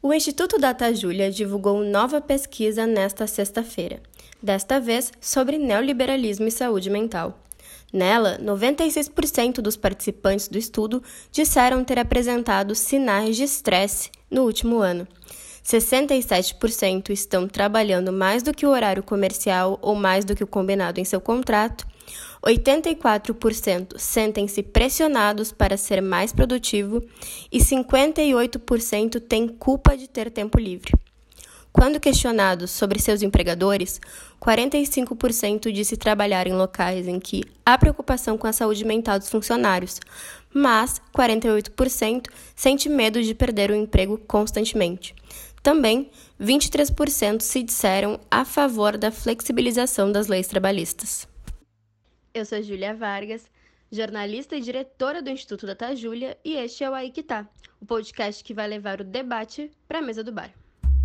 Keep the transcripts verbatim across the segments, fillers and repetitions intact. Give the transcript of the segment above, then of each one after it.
O Instituto Data Júlia divulgou nova pesquisa nesta sexta-feira, desta vez sobre neoliberalismo e saúde mental. Nela, noventa e seis por cento dos participantes do estudo disseram ter apresentado sinais de estresse no último ano. sessenta e sete por cento estão trabalhando mais do que o horário comercial ou mais do que o combinado em seu contrato. oitenta e quatro por cento sentem-se pressionados para ser mais produtivo e cinquenta e oito por cento têm culpa de ter tempo livre. Quando questionados sobre seus empregadores, quarenta e cinco por cento disse trabalhar em locais em que há preocupação com a saúde mental dos funcionários, mas quarenta e oito por cento sente medo de perder o emprego constantemente. Também, vinte e três por cento se disseram a favor da flexibilização das leis trabalhistas. Eu sou Júlia Vargas, jornalista e diretora do Instituto Data Júlia, e este é o Aí Que Tá, o podcast que vai levar o debate para a mesa do bar.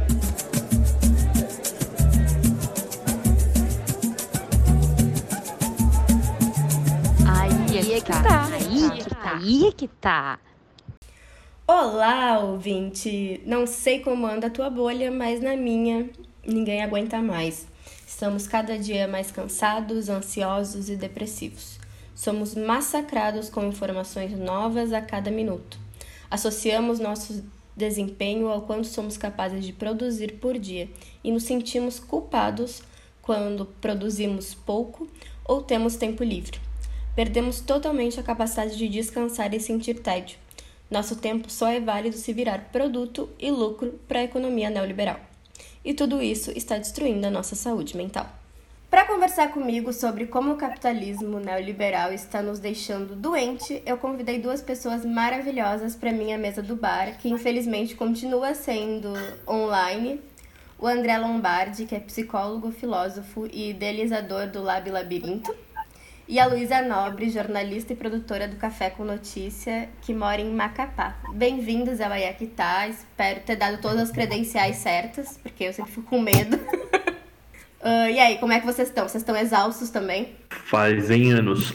Aí é que tá, aí é que tá, aí é que tá. Olá, ouvinte! Não sei como anda a tua bolha, mas na minha, ninguém aguenta mais. Estamos cada dia mais cansados, ansiosos e depressivos. Somos massacrados com informações novas a cada minuto. Associamos nosso desempenho ao quanto somos capazes de produzir por dia e nos sentimos culpados quando produzimos pouco ou temos tempo livre. Perdemos totalmente a capacidade de descansar e sentir tédio. Nosso tempo só é válido se virar produto e lucro para a economia neoliberal. E tudo isso está destruindo a nossa saúde mental. Para conversar comigo sobre como o capitalismo neoliberal está nos deixando doente, eu convidei duas pessoas maravilhosas para minha mesa do bar, que infelizmente continua sendo online. O André Lombardi, que é psicólogo, filósofo e idealizador do Lab Labirinto. E a Luísa Nobre, jornalista e produtora do Café com Notícia, que mora em Macapá. Bem-vindos ao Aí Que Tá. Espero ter dado todas as credenciais certas, porque eu sempre fico com medo. uh, e aí, como é que vocês estão? Vocês estão exaustos também? Fazem anos.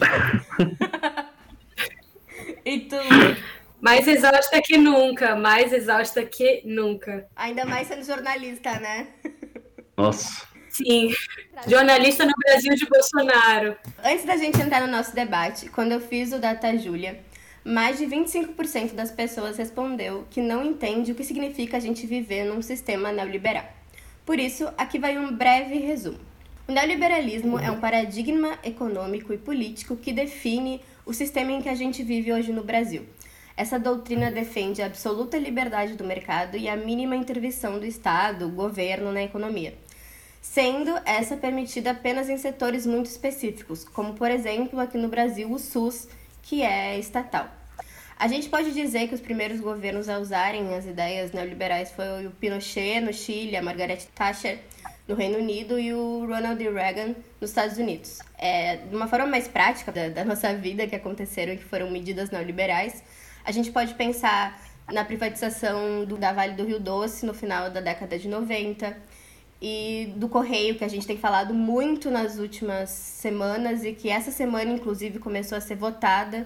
E tu? Mais exausta que nunca, mais exausta que nunca. Ainda mais sendo jornalista, né? Nossa. Sim, jornalista no Brasil de Bolsonaro. Antes da gente entrar no nosso debate, quando eu fiz o Data Júlia, mais de vinte e cinco por cento das pessoas respondeu que não entende o que significa a gente viver num sistema neoliberal. Por isso, aqui vai um breve resumo. O neoliberalismo é um paradigma econômico e político que define o sistema em que a gente vive hoje no Brasil. Essa doutrina defende a absoluta liberdade do mercado e a mínima intervenção do Estado, governo na economia, sendo essa permitida apenas em setores muito específicos, como, por exemplo, aqui no Brasil, o SUS, que é estatal. A gente pode dizer que os primeiros governos a usarem as ideias neoliberais foi o Pinochet, no Chile, a Margaret Thatcher, no Reino Unido, e o Ronald Reagan, nos Estados Unidos. É, de uma forma mais prática da, da nossa vida que aconteceram e que foram medidas neoliberais, a gente pode pensar na privatização do, da Vale do Rio Doce no final da década de noventa, e do Correio, que a gente tem falado muito nas últimas semanas e que essa semana, inclusive, começou a ser votada.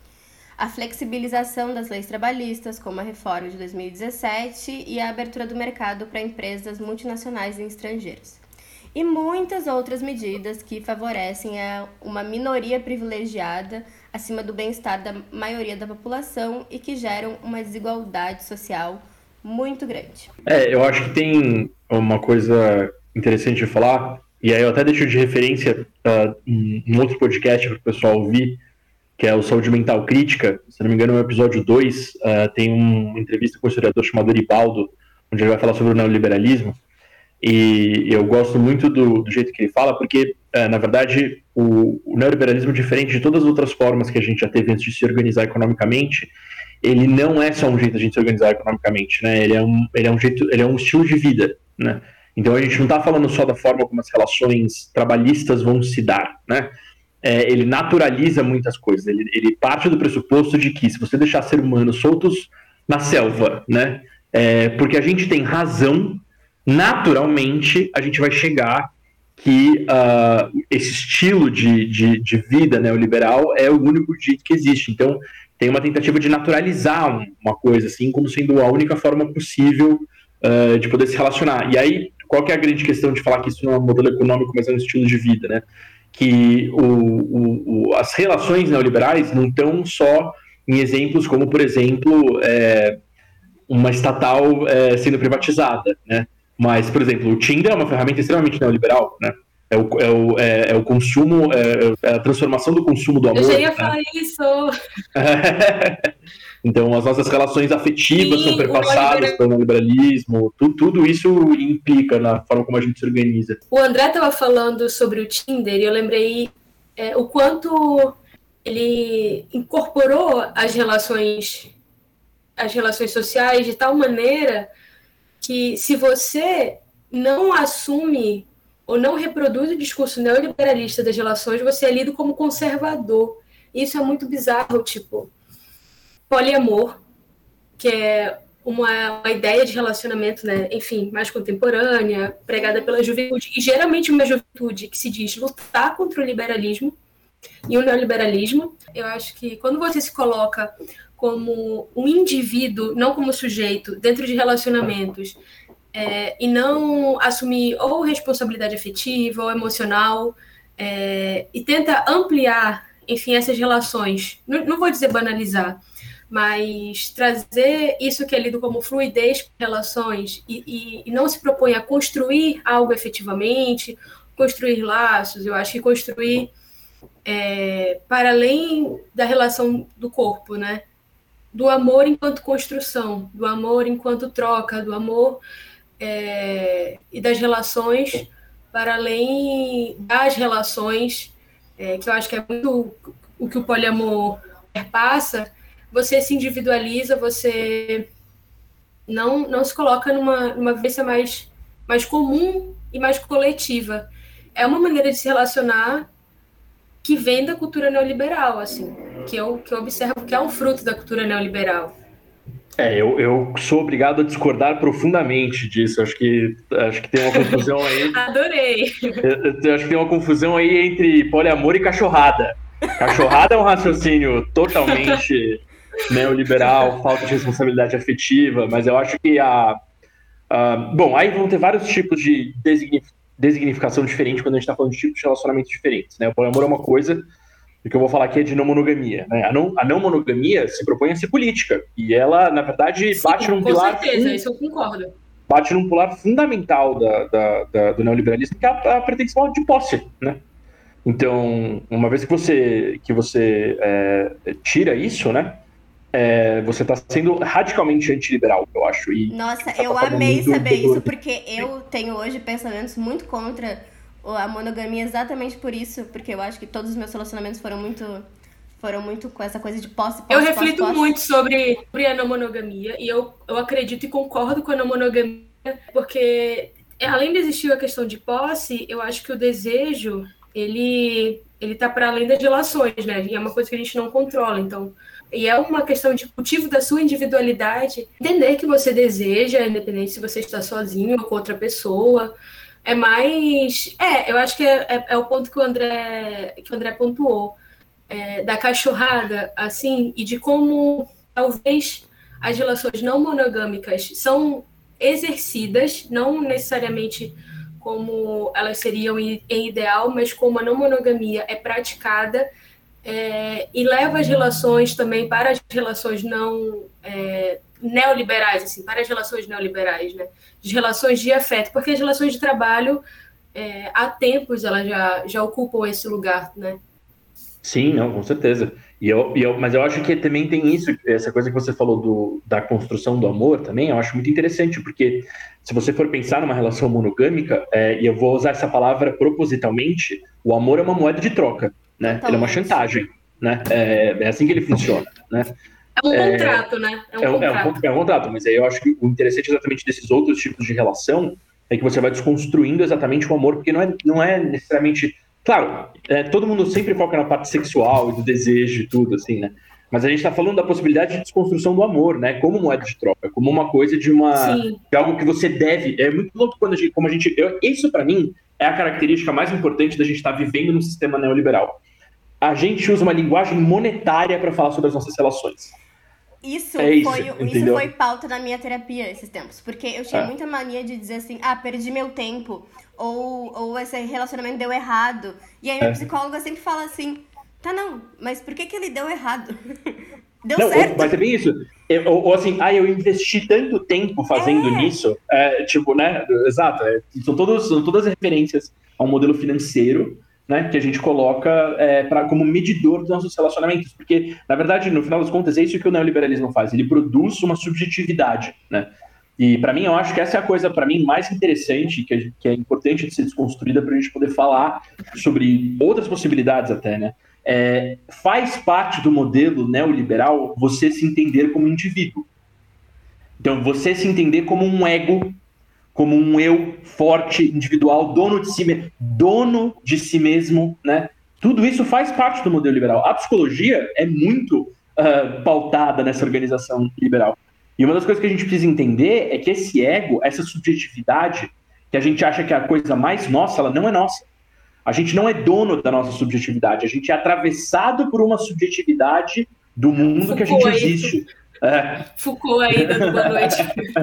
A flexibilização das leis trabalhistas, como a reforma de dois mil e dezessete, e a abertura do mercado para empresas multinacionais e estrangeiras. E muitas outras medidas que favorecem a uma minoria privilegiada acima do bem-estar da maioria da população e que geram uma desigualdade social muito grande. É, eu acho que tem uma coisa interessante de falar, e aí eu até deixo de referência uh, um, um outro podcast para o pessoal ouvir, que é o Saúde Mental Crítica. Se não me engano, no episódio dois, uh, tem uma entrevista com um historiador chamado Eribaldo, onde ele vai falar sobre o neoliberalismo, e eu gosto muito do, do jeito que ele fala, porque, uh, na verdade, o, o neoliberalismo, diferente de todas as outras formas que a gente já teve antes de se organizar economicamente, ele não é só um jeito de a gente se organizar economicamente, né? Ele é um, ele é um jeito, ele é um estilo de vida, né? Então a gente não está falando só da forma como as relações trabalhistas vão se dar, né? É, ele naturaliza muitas coisas. Ele, ele parte do pressuposto de que se você deixar ser humanos soltos na selva, né? É, porque a gente tem razão, naturalmente a gente vai chegar que uh, esse estilo de, de, de vida neoliberal é o único jeito que existe. Então tem uma tentativa de naturalizar uma coisa assim como sendo a única forma possível uh, de poder se relacionar. E aí, qual que é a grande questão de falar que isso não é um modelo econômico, mas é um estilo de vida, né? Que o, o, o, as relações neoliberais não estão só em exemplos como, por exemplo, é, uma estatal é, sendo privatizada, né? Mas, por exemplo, o Tinder é uma ferramenta extremamente neoliberal, né? É o, é o, é, é o consumo, é, é a transformação do consumo do amor. Eu já ia né? falar isso. Então, as nossas relações afetivas Sim, são perpassadas pelo neoliberalismo, tudo, tudo isso implica na forma como a gente se organiza. O André estava falando sobre o Tinder e eu lembrei é, o quanto ele incorporou as relações, as relações sociais de tal maneira que se você não assume ou não reproduz o discurso neoliberalista das relações, você é lido como conservador. Isso é muito bizarro, tipo, poliamor, que é uma, uma ideia de relacionamento, né, enfim, mais contemporânea, pregada pela juventude, e geralmente uma juventude que se diz lutar contra o liberalismo e o neoliberalismo. Eu acho que quando você se coloca como um indivíduo, não como sujeito, dentro de relacionamentos, é, e não assumir ou responsabilidade afetiva ou emocional, é, e tenta ampliar, enfim, essas relações, não, não vou dizer banalizar, mas trazer isso que é lido como fluidez para relações e, e, e não se propõe a construir algo efetivamente, construir laços, eu acho que construir é, para além da relação do corpo, né? Do amor enquanto construção, do amor enquanto troca, do amor é, e das relações para além das relações, é, que eu acho que é muito o que o poliamor passa. Você se individualiza, você não, não se coloca numa, numa vivência mais, mais comum e mais coletiva. É uma maneira de se relacionar que vem da cultura neoliberal, assim, que eu, que eu observo que é um fruto da cultura neoliberal. É, eu, eu sou obrigado a discordar profundamente disso. Acho que, acho que tem uma confusão aí. Adorei! Eu, eu acho que tem uma confusão aí entre poliamor e cachorrada. Cachorrada é um raciocínio totalmente neoliberal, falta de responsabilidade afetiva, mas eu acho que a, a... Bom, aí vão ter vários tipos de designi, designificação diferente quando a gente está falando de tipos de relacionamentos diferentes, né? O poliamor é uma coisa, o que eu vou falar aqui é de não monogamia, né? A não, a não monogamia se propõe a ser política, e ela, na verdade, Sim, bate num com pilar... certeza, fun... isso eu concordo. Bate num pilar fundamental da, da, da, do neoliberalismo, que é a, a pretensão de posse, né? Então, uma vez que você, que você é, tira isso, né? É, você está sendo radicalmente antiliberal, eu acho. E, Nossa, de eu forma, amei muito saber muito... isso, porque eu tenho hoje pensamentos muito contra a monogamia exatamente por isso, porque eu acho que todos os meus relacionamentos foram muito, foram muito com essa coisa de posse, posse, Eu posse, reflito posse. muito sobre, sobre a não monogamia, e eu, eu acredito e concordo com a não monogamia, porque além de existir a questão de posse, eu acho que o desejo, ele ele tá para além das relações, né? E é uma coisa que a gente não controla, então... E é uma questão de cultivo da sua individualidade, entender que você deseja, independente se você está sozinho ou com outra pessoa. É mais... É, eu acho que é, é, é o ponto que o André, que o André pontuou, é, da cachorrada, assim, e de como talvez as relações não monogâmicas são exercidas, não necessariamente como elas seriam em ideal, mas como a não monogamia é praticada, é, e leva as relações também para as relações não é, neoliberais, assim, para as relações neoliberais, né? As relações de afeto, porque as relações de trabalho, é, há tempos elas já, já ocupam esse lugar, né? Sim, não, com certeza. E eu, e eu, mas eu acho que também tem isso, essa coisa que você falou do, da construção do amor também, eu acho muito interessante, porque se você for pensar numa relação monogâmica, é, e eu vou usar essa palavra propositalmente, o amor é uma moeda de troca, né? Ele é uma chantagem, né? É, é assim que ele funciona, né? É um é, contrato, né? É um, é, um, contrato. É, um, é um contrato, mas aí eu acho que o interessante exatamente desses outros tipos de relação é que você vai desconstruindo exatamente o amor, porque não é, não é necessariamente... Claro, é, todo mundo sempre foca na parte sexual e do desejo e tudo, assim, né? Mas a gente está falando da possibilidade de desconstrução do amor, né? Como moeda de troca, como uma coisa de uma de algo que você deve. É muito louco quando a gente, como a gente, eu, isso para mim é a característica mais importante da gente estar tá vivendo no sistema neoliberal. A gente usa uma linguagem monetária para falar sobre as nossas relações. Isso, É isso, foi, isso entendeu? foi pauta na minha terapia esses tempos. Porque eu tinha É. muita mania de dizer assim, ah, perdi meu tempo. Ou, ou esse relacionamento deu errado. E aí minha É. psicóloga sempre fala assim, tá, não, mas por que que ele deu errado? Deu Não, certo. mas é bem isso. Eu- ou, ou assim, ah, eu investi tanto tempo fazendo É. nisso. É, tipo, né? Exato. é, são, todos, são todas referências a um modelo financeiro, né? Que a gente coloca é, pra, como medidor dos nossos relacionamentos. Porque, na verdade, no final das contas, é isso que o neoliberalismo faz. Ele produz uma subjetividade, né? E para mim, eu acho que essa é a coisa, para mim, mais interessante, que é, que é importante de ser desconstruída para a gente poder falar sobre outras possibilidades até, né? É, faz parte do modelo neoliberal você se entender como indivíduo. Então, você se entender como um ego, como um eu forte, individual, dono de si mesmo, dono de si mesmo, né? Tudo isso faz parte do modelo liberal. A psicologia é muito uh, pautada nessa organização liberal. E uma das coisas que a gente precisa entender é que esse ego, essa subjetividade, que a gente acha que é a coisa mais nossa, ela não é nossa. A gente não é dono da nossa subjetividade, a gente é atravessado por uma subjetividade do mundo que a gente Foucault aí. existe. É. Foucault aí dando boa noite.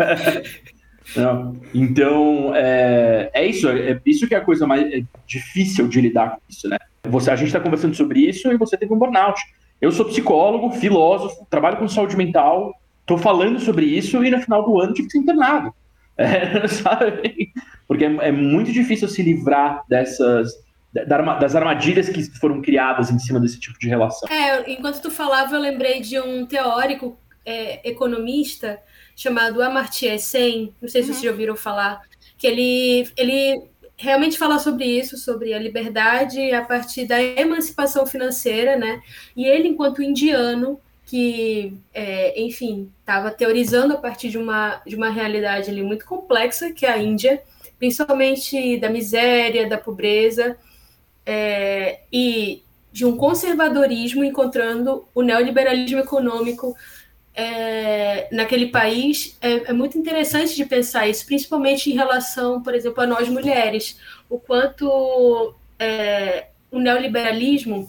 Não. Então, é, é isso, é isso que é a coisa mais é difícil de lidar com isso, né? Você, a gente está conversando sobre isso e você teve um burnout. Eu sou psicólogo, filósofo, trabalho com saúde mental, estou falando sobre isso e no final do ano tive que ser internado. É, sabe? Porque é, é muito difícil se livrar dessas das armadilhas que foram criadas em cima desse tipo de relação. É, enquanto tu falava, eu lembrei de um teórico é, economista chamado Amartya Sen, não sei se Uhum. vocês já ouviram falar, que ele, ele realmente fala sobre isso, sobre a liberdade a partir da emancipação financeira, né? E ele, enquanto indiano, que, é, enfim, estava teorizando a partir de uma, de uma realidade ali muito complexa, que é a Índia, principalmente da miséria, da pobreza, é, e de um conservadorismo encontrando o neoliberalismo econômico é, naquele país. É, é muito interessante de pensar isso, principalmente em relação, por exemplo, a nós mulheres, o quanto é, o neoliberalismo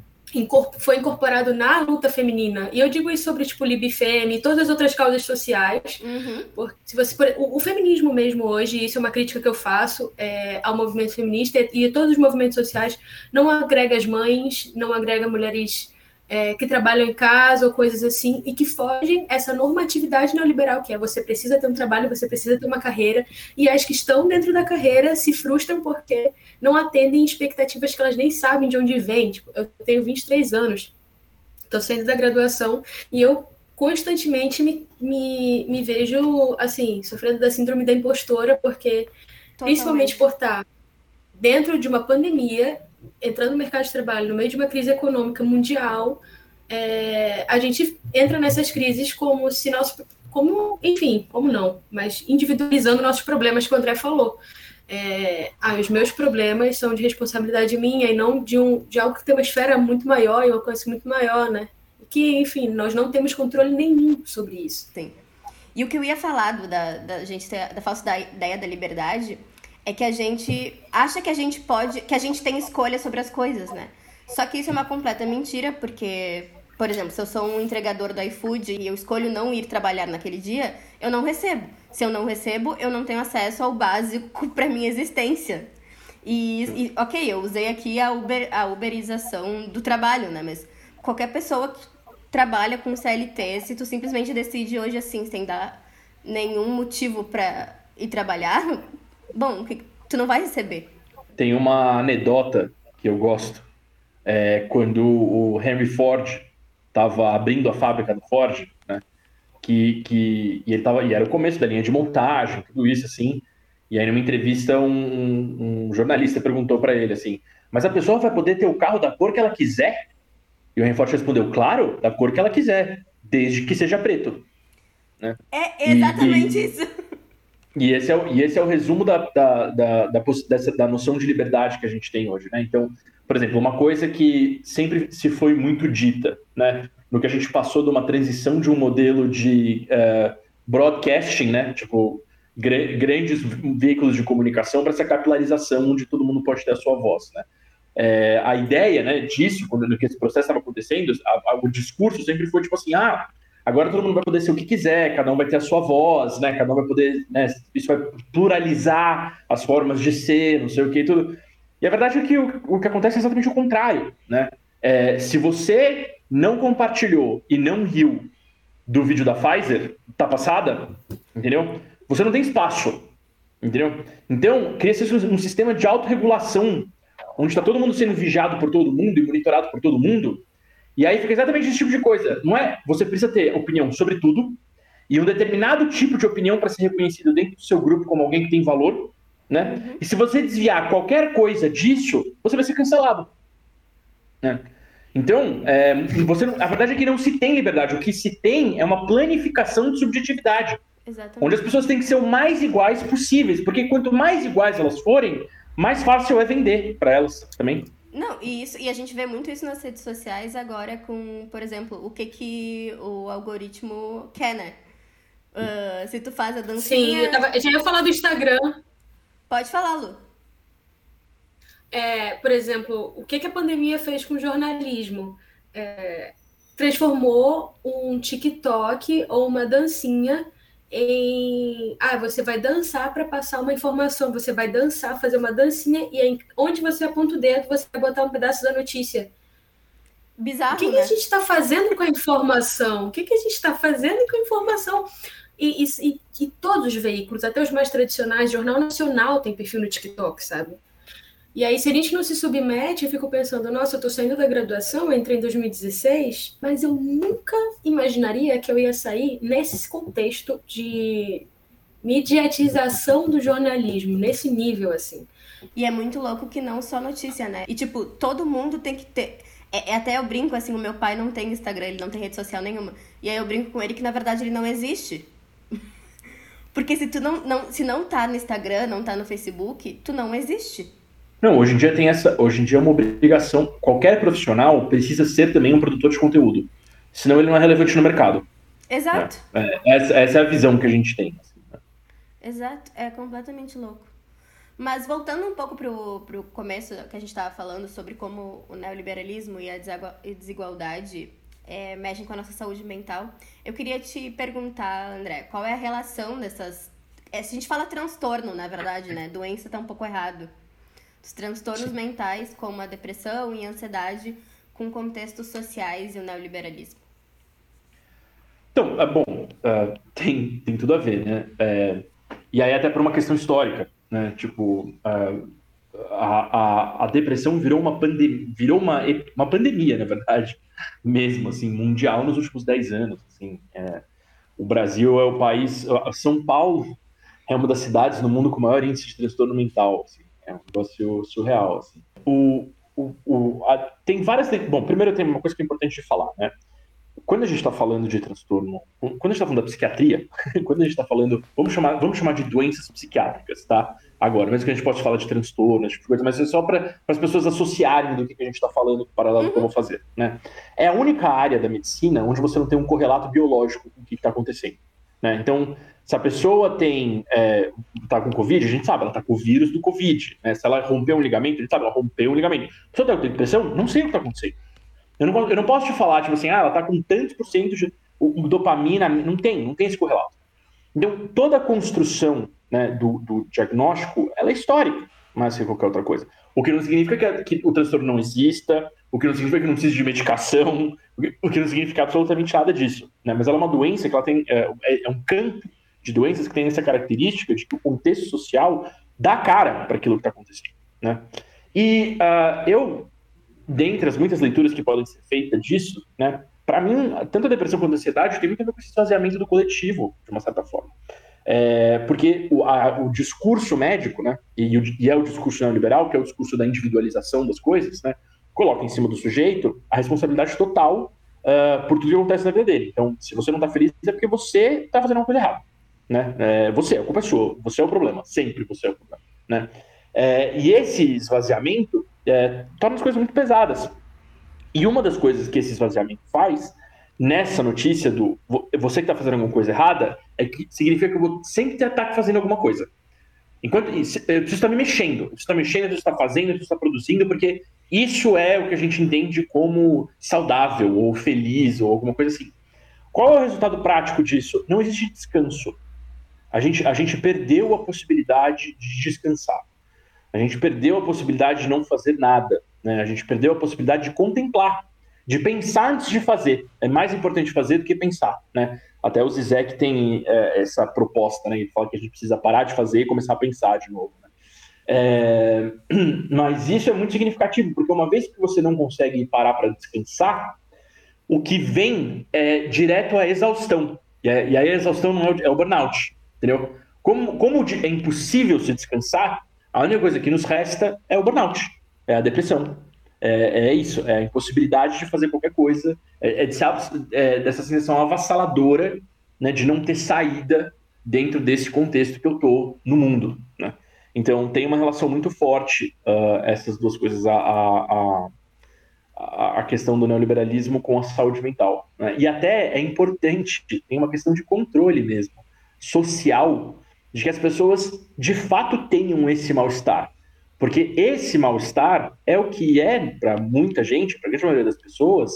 foi incorporado na luta feminina. E eu digo isso sobre tipo Libfem e todas as outras causas sociais. Uhum. Porque se você, o, o feminismo mesmo hoje, isso é uma crítica que eu faço é, ao movimento feminista e a todos os movimentos sociais, não agrega as mães, não agrega mulheres é, que trabalham em casa ou coisas assim, e que fogem essa normatividade neoliberal, que é você precisa ter um trabalho, você precisa ter uma carreira, e as que estão dentro da carreira se frustram porque não atendem expectativas que elas nem sabem de onde vêm. Tipo, eu tenho vinte e três anos, estou saindo da graduação, e eu constantemente me, me, me vejo, assim, sofrendo da síndrome da impostora, porque, Totalmente. principalmente por estar dentro de uma pandemia, entrando no mercado de trabalho, no meio de uma crise econômica mundial, é, a gente entra nessas crises como se nós, como, enfim, como não, mas individualizando nossos problemas, que o André falou. É, ah, os meus problemas são de responsabilidade minha e não de, um, de algo que tem uma esfera muito maior e um alcance muito maior, né? Que, enfim, nós não temos controle nenhum sobre isso. Sim. E o que eu ia falar do, da, da gente ter, da falsa ideia da liberdade é que a gente acha que a gente pode, que a gente tem escolha sobre as coisas, né? Só que isso é uma completa mentira, porque, por exemplo, se eu sou um entregador do iFood e eu escolho não ir trabalhar naquele dia, eu não recebo. Se eu não recebo, eu não tenho acesso ao básico para minha existência. E, e, ok, eu usei aqui a, Uber, a uberização do trabalho, né? Mas qualquer pessoa que trabalha com C L T, se tu simplesmente decide hoje assim, sem dar nenhum motivo para ir trabalhar, bom, tu não vai receber. Tem uma anedota que eu gosto, é, quando o Henry Ford estava abrindo a fábrica da Ford, né? Que, que, e, ele tava, e era o começo da linha de montagem, tudo isso, assim. E aí, numa entrevista, um, um, um jornalista perguntou para ele, assim, mas a pessoa vai poder ter o carro da cor que ela quiser? E o Henry Ford respondeu, claro, da cor que ela quiser, desde que seja preto. Né? É exatamente e, e, isso. E esse é o, e esse é o resumo da, da, da, da, dessa, da noção de liberdade que a gente tem hoje, né? Então, por exemplo, uma coisa que sempre se foi muito dita, né? No que a gente passou de uma transição de um modelo de uh, broadcasting, né? Tipo, gr- grandes veículos de comunicação para essa capilarização onde todo mundo pode ter a sua voz, né? É, a ideia, né, disso, quando que esse processo estava acontecendo, a, a, o discurso sempre foi tipo assim, ah, agora todo mundo vai poder ser o que quiser, cada um vai ter a sua voz, né? Cada um vai poder, né? Isso vai pluralizar as formas de ser, não sei o que, tudo. E a verdade é que o, o que acontece é exatamente o contrário, né? É, se você não compartilhou e não riu do vídeo da Pfizer, tá passada, entendeu? Você não tem espaço, entendeu? Então, cria-se um sistema de autorregulação, onde está todo mundo sendo vigiado por todo mundo e monitorado por todo mundo, e aí fica exatamente esse tipo de coisa. Não é? Você precisa ter opinião sobre tudo, e um determinado tipo de opinião para ser reconhecido dentro do seu grupo como alguém que tem valor, né? Uhum. E se você desviar qualquer coisa disso, você vai ser cancelado, né? Então, é, você não, a verdade é que não se tem liberdade. O que se tem é uma planificação de subjetividade. Exatamente. Onde as pessoas têm que ser o mais iguais possíveis. Porque quanto mais iguais elas forem, mais fácil é vender para elas também. Não, e, isso, e a gente vê muito isso nas redes sociais agora com, por exemplo, o que, que o algoritmo quer, né? Uh, se tu faz a dancinha... Sim, eu, tava, eu já ia falar do Instagram. Pode falar, Lu. É, por exemplo, o que, que a pandemia fez com o jornalismo? É, transformou um TikTok ou uma dancinha em... Ah, você vai dançar para passar uma informação, você vai dançar, fazer uma dancinha, e aí, onde você aponta o dedo, você vai botar um pedaço da notícia. Bizarro, O que, né? que a gente está fazendo com a informação? O que, que a gente está fazendo com a informação? E, e, e todos os veículos, até os mais tradicionais, Jornal Nacional tem perfil no TikTok, sabe? E aí, se a gente não se submete, eu fico pensando, nossa, eu tô saindo da graduação, eu entrei em dois mil e dezesseis, mas eu nunca imaginaria que eu ia sair nesse contexto de mediatização do jornalismo, nesse nível, assim. E é muito louco que não só notícia, né? E, tipo, todo mundo tem que ter... É, até eu brinco, assim, o meu pai não tem Instagram, ele não tem rede social nenhuma. E aí eu brinco com ele que, na verdade, ele não existe. Porque se tu não, não, se não tá no Instagram, não tá no Facebook, tu não existe. Não, hoje em dia tem essa, hoje em dia é uma obrigação, qualquer profissional precisa ser também um produtor de conteúdo, senão ele não é relevante no mercado. Exato. É, é, essa, essa é a visão que a gente tem. Assim, né? Exato, é completamente louco. Mas voltando um pouco pro, pro começo que a gente estava falando sobre como o neoliberalismo e a desigualdade é, mexem com a nossa saúde mental, eu queria te perguntar, André, qual é a relação dessas... É, se a gente fala transtorno, na verdade, né? Doença tá um pouco errado. Os transtornos Sim. mentais, como a depressão e a ansiedade, com contextos sociais e o neoliberalismo. Então, é bom, uh, tem, tem tudo a ver, né? É, e aí até por uma questão histórica, né? Tipo, uh, a, a, a depressão virou uma pandemia, virou uma, uma pandemia, na verdade, mesmo, assim, mundial nos últimos dez anos. Assim, é, o Brasil é o país... São Paulo é uma das cidades no mundo com o maior índice de transtorno mental, assim. É um negócio surreal, assim. O, o, o, a, tem várias... Bom, primeiro tem uma coisa que é importante de falar, né? Quando a gente está falando de transtorno... Quando a gente está falando da psiquiatria, quando a gente está falando... Vamos chamar, vamos chamar de doenças psiquiátricas, tá? Agora, mesmo que a gente possa falar de transtorno, esse tipo de coisa, mas é só para as pessoas associarem do que, que a gente está falando com o paralelo que eu vou fazer, né? É a única área da medicina onde você não tem um correlato biológico com o que está acontecendo, né? Então... Se a pessoa tem, é, tá com Covid, a gente sabe, ela tá com o vírus do Covid, né? Se ela rompeu um ligamento, a gente sabe, ela rompeu um ligamento. Se a pessoa tá com depressão, não sei o que tá acontecendo. Eu não, eu não posso te falar, tipo assim, ah, ela tá com tantos por cento de o, dopamina, não tem, não tem esse correlato. Então, toda a construção, né, do, do diagnóstico, ela é histórica, mais que qualquer outra coisa. O que não significa que, que o transtorno não exista, o que não significa que não precise de medicação, o que, o que não significa absolutamente nada disso, né? Mas ela é uma doença que ela tem, é, é um campo de doenças que tem essa característica de que o contexto social dá cara para aquilo que está acontecendo, né? E uh, eu, dentre as muitas leituras que podem ser feitas disso, né, para mim, tanto a depressão quanto a ansiedade tem muito a ver com esse esvaziamento do coletivo, de uma certa forma. É, porque o, a, o discurso médico, né, e, o, e é o discurso neoliberal, que é o discurso da individualização das coisas, né, coloca em cima do sujeito a responsabilidade total uh, por tudo que acontece na vida dele. Então, se você não está feliz, é porque você está fazendo uma coisa errada. Né? É, você, a culpa é sua, você é o problema, sempre você é o problema, né? É, e esse esvaziamento é, torna as coisas muito pesadas. E uma das coisas que esse esvaziamento faz, nessa notícia do você que está fazendo alguma coisa errada, é que significa que eu vou sempre estar fazendo alguma coisa. Enquanto eu preciso estar me mexendo, eu preciso estar mexendo, eu preciso estar fazendo, eu preciso estar produzindo, porque isso é o que a gente entende como saudável, ou feliz, ou alguma coisa assim. Qual é o resultado prático disso? Não existe descanso. A gente, a gente perdeu a possibilidade de descansar. A gente perdeu a possibilidade de não fazer nada, né? A gente perdeu a possibilidade de contemplar, de pensar antes de fazer. É mais importante fazer do que pensar, né? Até o Zizek tem é, essa proposta, né? Ele fala que a gente precisa parar de fazer e começar a pensar de novo, né? É... Mas isso é muito significativo, porque uma vez que você não consegue parar para descansar, o que vem é direto à exaustão. E aí a exaustão não é o, é o burnout, entendeu? Como, como é impossível se descansar, a única coisa que nos resta é o burnout, é a depressão. É, é isso, é a impossibilidade de fazer qualquer coisa, é, é, de, é dessa sensação avassaladora, né, de não ter saída dentro desse contexto que eu tô no mundo, né? Então tem uma relação muito forte, uh, essas duas coisas, a, a, a, a questão do neoliberalismo com a saúde mental, né? E até é importante, tem uma questão de controle mesmo, social, de que as pessoas de fato tenham esse mal-estar. Porque esse mal-estar é o que é, para muita gente, para a grande maioria das pessoas,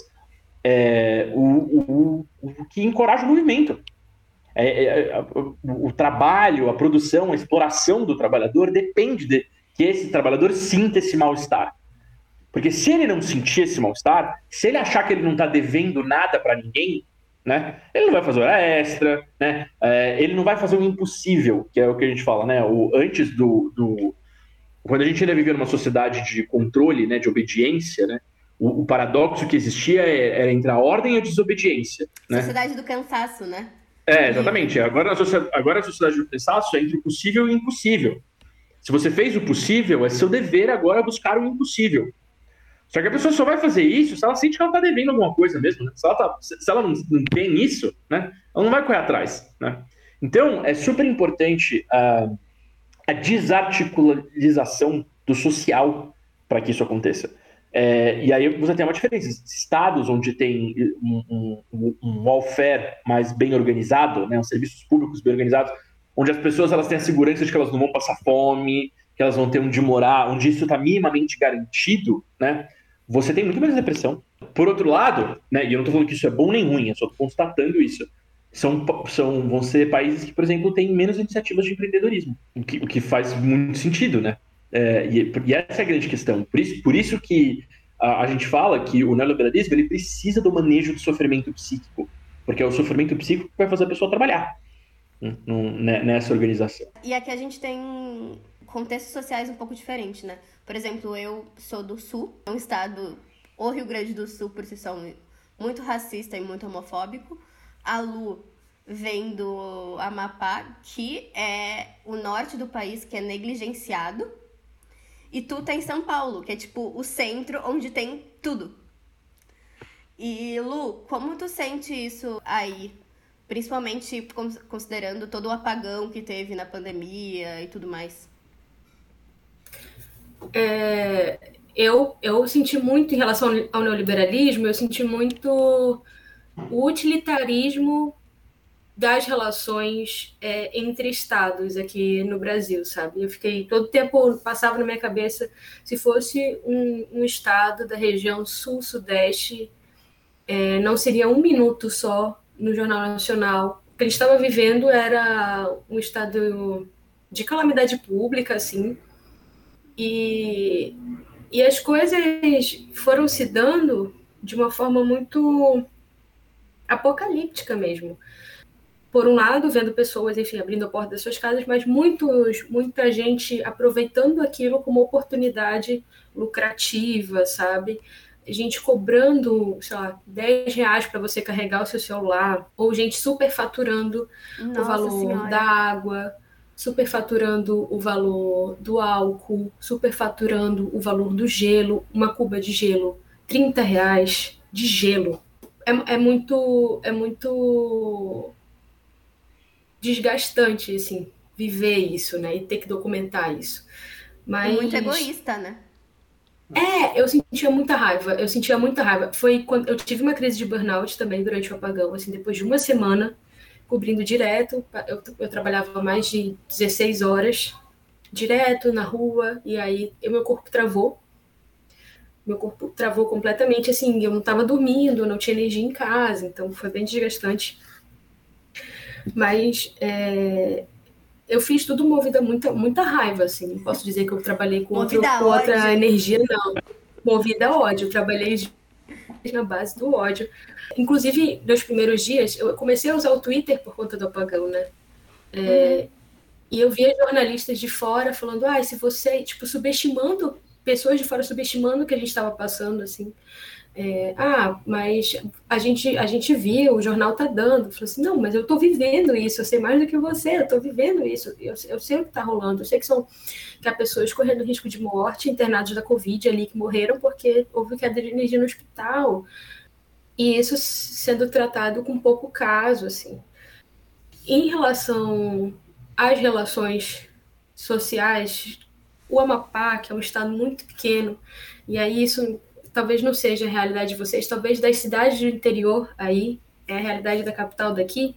é, o, o, o que encoraja o movimento. É, é, o, o trabalho, a produção, a exploração do trabalhador depende de que esse trabalhador sinta esse mal-estar. Porque se ele não sentir esse mal-estar, se ele achar que ele não está devendo nada para ninguém, né, ele não vai fazer hora extra, né, é, ele não vai fazer o impossível, que é o que a gente fala, né, o, antes do... do quando a gente ainda vivia numa sociedade de controle, né, de obediência, né, o, o paradoxo que existia era entre a ordem e a desobediência. Né? Sociedade do cansaço, né? É, exatamente. Agora a, sociedade, agora a sociedade do cansaço é entre o possível e o impossível. Se você fez o possível, é seu dever agora buscar o impossível. Só que a pessoa só vai fazer isso se ela sente que ela está devendo alguma coisa mesmo. Né? Se ela, tá, se ela não, não tem isso, né, ela não vai correr atrás. Né? Então, é super importante... Uh, a desarticularização do social para que isso aconteça. É, e aí você tem uma diferença. Estados onde tem um, um, um welfare mais bem organizado, né, um serviços públicos bem organizados, onde as pessoas elas têm a segurança de que elas não vão passar fome, que elas vão ter onde morar, onde isso está minimamente garantido, né, você tem muito menos depressão. Por outro lado, né, e eu não estou falando que isso é bom nem ruim, eu só estou constatando isso, São, são, vão ser países que, por exemplo, têm menos iniciativas de empreendedorismo, o que, o que faz muito sentido, né? É, e, e essa é a grande questão. Por isso, por isso que a, a gente fala que o neoliberalismo ele precisa do manejo do sofrimento psíquico, porque é o sofrimento psíquico que vai fazer a pessoa trabalhar no, nessa organização. E aqui a gente tem contextos sociais um pouco diferentes, né? Por exemplo, eu sou do Sul, é um estado, o Rio Grande do Sul, por si só, muito racista e muito homofóbico. A Lu vem do Amapá, que é o norte do país, que é negligenciado. E tu tá em São Paulo, que é tipo o centro onde tem tudo. E Lu, como tu sente isso aí? Principalmente considerando todo o apagão que teve na pandemia e tudo mais. É, eu, eu senti muito, em relação ao neoliberalismo, eu senti muito... o utilitarismo das relações é, entre estados aqui no Brasil, sabe? Eu fiquei, todo tempo passava na minha cabeça, se fosse um, um estado da região sul-sudeste, é, não seria um minuto só no Jornal Nacional. O que ele estava vivendo era um estado de calamidade pública, assim, e, e as coisas foram se dando de uma forma muito... apocalíptica mesmo. Por um lado, vendo pessoas, enfim, abrindo a porta das suas casas, mas muitos, muita gente aproveitando aquilo como oportunidade lucrativa, sabe? Gente cobrando, sei lá, dez reais para você carregar o seu celular, ou gente superfaturando Nossa o valor senhora. da água, superfaturando o valor do álcool, superfaturando o valor do gelo, uma cuba de gelo, trinta reais de gelo. É, é muito é muito desgastante, assim, viver isso, né? E ter que documentar isso. Mas... é muito egoísta, né? É, eu sentia muita raiva, eu sentia muita raiva. Foi quando eu tive uma crise de burnout também durante o apagão, assim, depois de uma semana cobrindo direto. Eu, eu trabalhava mais de dezesseis horas direto na rua, e aí o meu corpo travou. meu corpo travou completamente, assim, eu não estava dormindo, não tinha energia em casa, então foi bem desgastante. Mas é, eu fiz tudo movida a muita, muita raiva, assim. Não posso dizer que eu trabalhei com, outro, Movida a com outra ódio. energia, não. Movida a ódio. Eu trabalhei na base do ódio. Inclusive, nos primeiros dias, eu comecei a usar o Twitter por conta do apagão, né? É, uhum. E eu via jornalistas de fora falando, ah, se você, tipo, subestimando, pessoas de fora subestimando o que a gente estava passando, assim. É, ah, mas a gente, a gente viu, o jornal tá dando. Eu falei assim, não, mas eu tô vivendo isso, eu sei mais do que você, eu tô vivendo isso, eu, eu sei o que tá rolando, eu sei que são que há pessoas correndo risco de morte, internados da Covid ali, que morreram porque houve queda de energia no hospital, e isso sendo tratado com pouco caso, assim. Em relação às relações sociais, o Amapá, que é um estado muito pequeno, e aí isso talvez não seja a realidade de vocês, talvez das cidades do interior aí, é a realidade da capital daqui,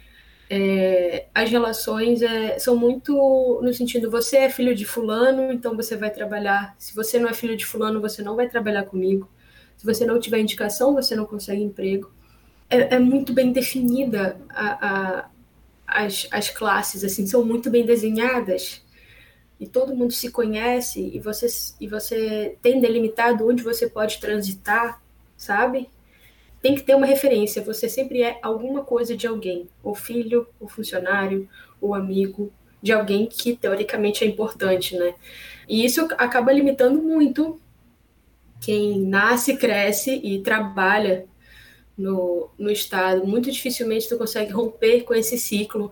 é, as relações é, são muito no sentido, você é filho de fulano, então você vai trabalhar, se você não é filho de fulano, você não vai trabalhar comigo, se você não tiver indicação, você não consegue emprego. É, é muito bem definida a, a, as, as classes, assim, são muito bem desenhadas, e todo mundo se conhece, e você, e você tem delimitado onde você pode transitar, sabe? Tem que ter uma referência, você sempre é alguma coisa de alguém, ou filho, ou funcionário, ou amigo, de alguém que teoricamente é importante, né? E isso acaba limitando muito quem nasce, cresce e trabalha no, no Estado. Muito dificilmente tu consegue romper com esse ciclo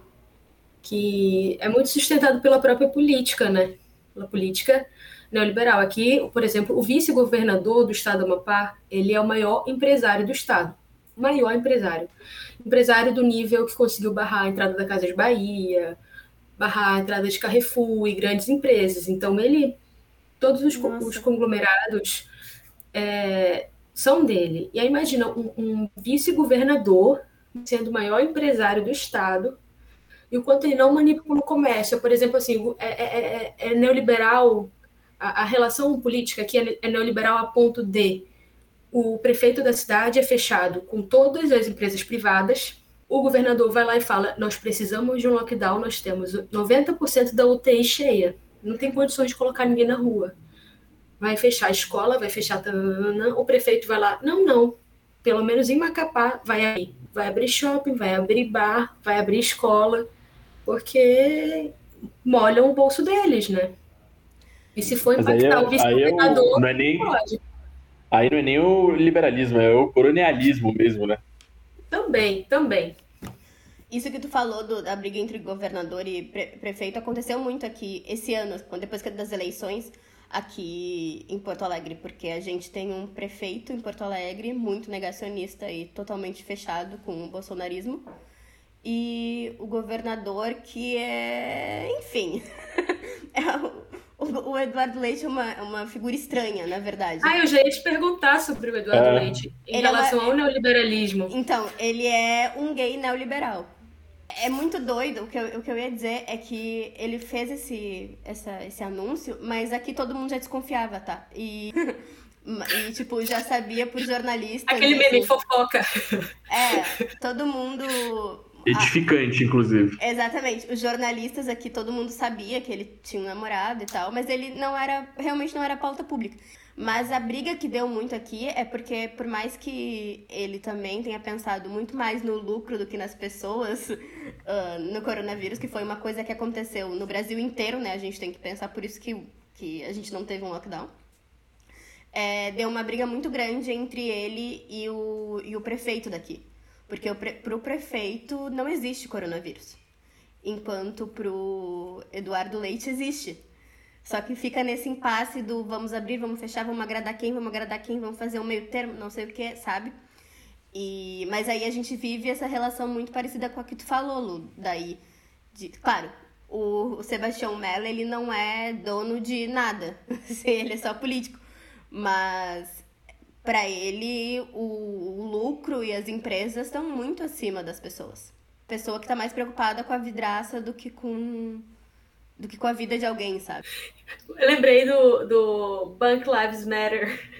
que é muito sustentado pela própria política, né? Pela política neoliberal. Aqui, por exemplo, o vice-governador do estado do Amapá, ele é o maior empresário do estado. O maior empresário. Empresário do nível que conseguiu barrar a entrada da Casa de Bahia, barrar a entrada de Carrefour e grandes empresas. Então, ele, todos os, os conglomerados é, são dele. E aí, imagina, um, um vice-governador sendo o maior empresário do estado, e o quanto ele não manipula o comércio. Por exemplo, assim, é, é, é neoliberal, a, a relação política aqui é, é neoliberal a ponto de o prefeito da cidade é fechado com todas as empresas privadas, o governador vai lá e fala, nós precisamos de um lockdown, nós temos noventa por cento da U T I cheia, não tem condições de colocar ninguém na rua. Vai fechar a escola, vai fechar... Tanana, o prefeito vai lá, não, não, pelo menos em Macapá, vai abrir, vai abrir shopping, vai abrir bar, vai abrir escola, porque molham o bolso deles, né? E se for impactar o vice-governador, não é nem, pode. Aí não é nem o liberalismo, é o colonialismo mesmo, né? Também, também. Isso que tu falou do, da briga entre governador e pre- prefeito aconteceu muito aqui esse ano, depois das eleições aqui em Porto Alegre, porque a gente tem um prefeito em Porto Alegre muito negacionista e totalmente fechado com o bolsonarismo. E o governador que é... Enfim. é o, o Eduardo Leite é uma, uma figura estranha, na verdade. Ah, eu já ia te perguntar sobre o Eduardo é. Leite em ele relação é uma... ao neoliberalismo. Então, ele é um gay neoliberal. É muito doido, o que eu, o que eu ia dizer é que ele fez esse, essa, esse anúncio, mas aqui todo mundo já desconfiava, tá? E... E, tipo, já sabia por jornalistas... Aquele meme assim, fofoca. É, todo mundo... Edificante, ah, inclusive. Exatamente. Os jornalistas aqui, todo mundo sabia que ele tinha um namorado e tal, mas ele não era... Realmente não era pauta pública. Mas a briga que deu muito aqui é porque, por mais que ele também tenha pensado muito mais no lucro do que nas pessoas uh, no coronavírus, que foi uma coisa que aconteceu no Brasil inteiro, né? A gente tem que pensar, por isso que, que a gente não teve um lockdown. É, deu uma briga muito grande entre ele e o, e o prefeito daqui. Porque o pre, pro prefeito não existe coronavírus. Enquanto pro Eduardo Leite existe. Só que fica nesse impasse do vamos abrir, vamos fechar, vamos agradar quem, vamos agradar quem, vamos fazer um meio termo, não sei o que, sabe? E, mas aí a gente vive essa relação muito parecida com a que tu falou, Lu. Daí, de, claro, o, o Sebastião Mello, ele não é dono de nada. Ele é só político. Mas, para ele, o, o lucro e as empresas estão muito acima das pessoas. Pessoa que está mais preocupada com a vidraça do que com, do que com a vida de alguém, sabe? Eu lembrei do, do Black Lives Matter.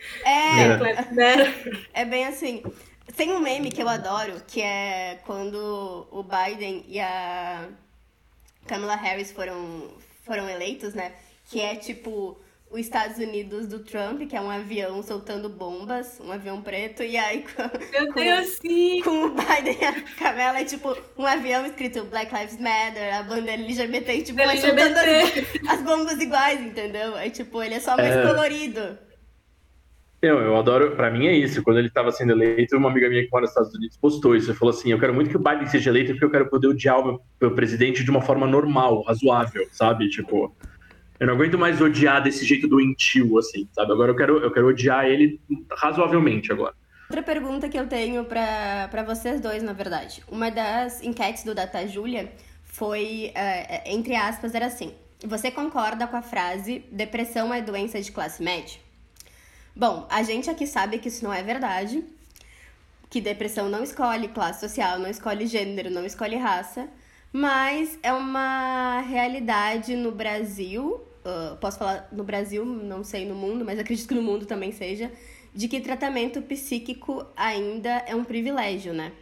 É, É. Black Matter. é bem assim. Tem um meme que eu adoro, que é quando o Biden e a Kamala Harris foram, foram eleitos, né? Que é tipo os Estados Unidos do Trump, que é um avião soltando bombas, um avião preto, e aí com, Meu com, Deus, sim! com o Biden e a Kamala é tipo um avião escrito Black Lives Matter, a bandeira L G B T, e tipo, L mas G B T. soltando as, as bombas iguais, entendeu? Aí tipo, ele é só mais É. colorido. Eu, eu adoro, pra mim é isso. Quando ele tava sendo eleito, uma amiga minha que mora nos Estados Unidos postou isso. Ele falou assim: eu quero muito que o Biden seja eleito porque eu quero poder odiar o meu, meu presidente de uma forma normal, razoável, sabe? Tipo, eu não aguento mais odiar desse jeito doentio, assim, sabe? Agora eu quero, eu quero odiar ele razoavelmente agora. Outra pergunta que eu tenho pra, pra vocês dois, na verdade. Uma das enquetes do Datajulia foi, é, entre aspas, era assim: você concorda com a frase depressão é doença de classe média? Bom, a gente aqui sabe que isso não é verdade, que depressão não escolhe classe social, não escolhe gênero, não escolhe raça, mas é uma realidade no Brasil, uh, posso falar no Brasil, não sei no mundo, mas acredito que no mundo também seja, de que tratamento psíquico ainda é um privilégio, né?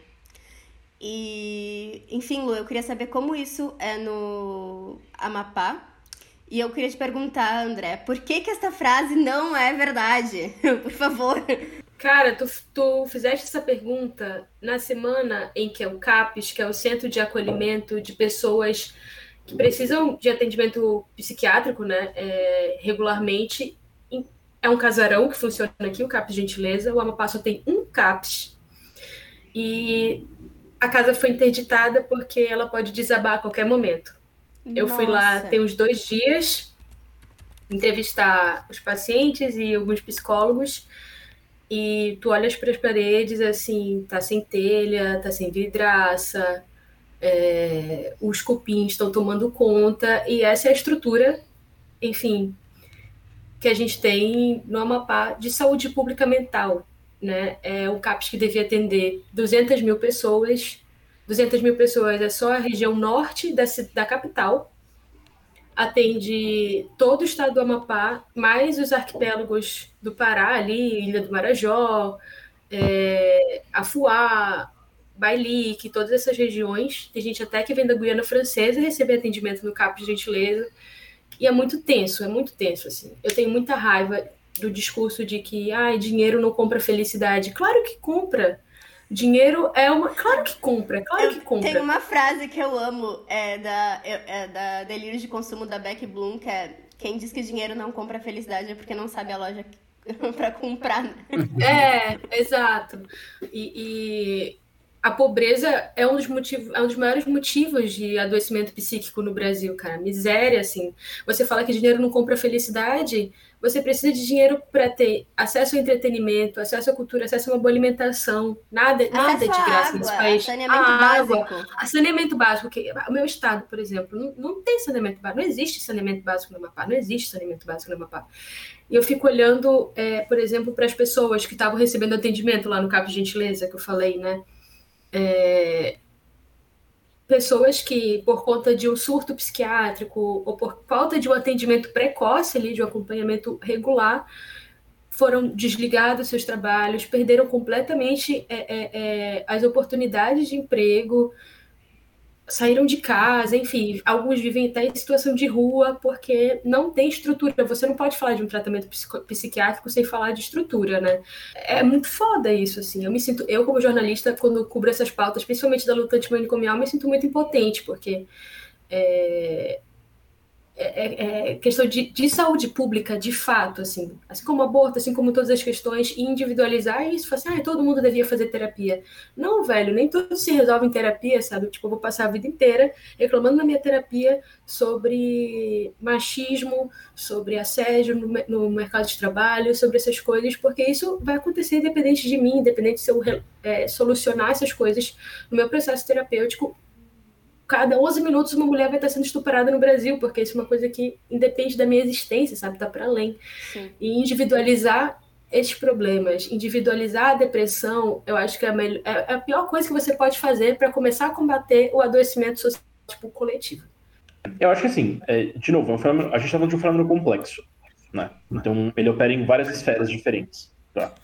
E, enfim, Lu, eu queria saber como isso é no Amapá. E eu queria te perguntar, André, por que que esta frase não é verdade? Por favor. Cara, tu, tu fizeste essa pergunta na semana em que é o CAPS, que é o Centro de Acolhimento de Pessoas que precisam de atendimento psiquiátrico, né, é, regularmente. É um casarão que funciona aqui, o CAPS Gentileza. O Amapá só tem um CAPS. E a casa foi interditada porque ela pode desabar a qualquer momento. Eu fui lá Nossa. tem uns dois dias entrevistar os pacientes e alguns psicólogos e tu olhas para as paredes, assim, tá sem telha, tá sem vidraça, é, os cupins estão tomando conta e essa é a estrutura, enfim, que a gente tem no Amapá de saúde pública mental, né? É o CAPS que devia atender duzentas mil pessoas, duzentas mil pessoas é só a região norte da, da capital, atende todo o estado do Amapá, mais os arquipélagos do Pará, ali, Ilha do Marajó, é, Afuá, Bailique, todas essas regiões. Tem gente até que vem da Guiana Francesa e recebe atendimento no CAPS Gentileza. E é muito tenso, é muito tenso, assim. Eu tenho muita raiva do discurso de que ah, dinheiro não compra felicidade. Claro que compra. Dinheiro é uma... Claro que compra, claro Eu que compra. tenho uma frase que eu amo, é da, é da Delírio de Consumo da Beck Bloom, que é: quem diz que dinheiro não compra felicidade é porque não sabe a loja pra comprar, né? É, exato. E, e a pobreza é um dos motivos, é um dos maiores motivos de adoecimento psíquico no Brasil, cara. Miséria, assim. Você fala que dinheiro não compra felicidade, você precisa de dinheiro para ter acesso ao entretenimento, acesso à cultura, acesso a uma boa alimentação. Nada, nada Acesso é de à graça água, nesse a país. saneamento A água, básico. a saneamento básico. Que, o meu estado, por exemplo, não, não tem saneamento básico. Não existe saneamento básico no Amapá. Não existe saneamento básico no Amapá. E eu fico olhando, é, por exemplo, para as pessoas que estavam recebendo atendimento lá no CAPS Gentileza, que eu falei, né? É, pessoas que, por conta de um surto psiquiátrico ou por falta de um atendimento precoce ali, de um acompanhamento regular, foram desligados seus trabalhos, perderam completamente é, é, é, as oportunidades de emprego, saíram de casa, enfim, alguns vivem até em situação de rua porque não tem estrutura. Você não pode falar de um tratamento psiquiátrico sem falar de estrutura, né? É muito foda isso, assim. Eu me sinto, eu como jornalista, quando cubro essas pautas, principalmente da luta antimanicomial, me sinto muito impotente, porque é, é, é questão de, de saúde pública, de fato, assim, assim como o aborto, assim como todas as questões, individualizar isso, falar assim, ah, todo mundo devia fazer terapia. Não, velho, nem tudo se resolve em terapia, sabe? Tipo, eu vou passar a vida inteira reclamando na minha terapia sobre machismo, sobre assédio no, no mercado de trabalho, sobre essas coisas, porque isso vai acontecer independente de mim, independente se eu é, solucionar essas coisas no meu processo terapêutico. Cada onze minutos uma mulher vai estar sendo estuprada no Brasil, porque isso é uma coisa que independe da minha existência, sabe? Tá para além. Sim. E individualizar esses problemas, individualizar a depressão, eu acho que é a, melhor, é a pior coisa que você pode fazer para começar a combater o adoecimento social, tipo, coletivo. Eu acho que assim, é, de novo, é um fenômeno, a gente está falando de um fenômeno complexo, né? Então ele opera em várias esferas diferentes. Tá?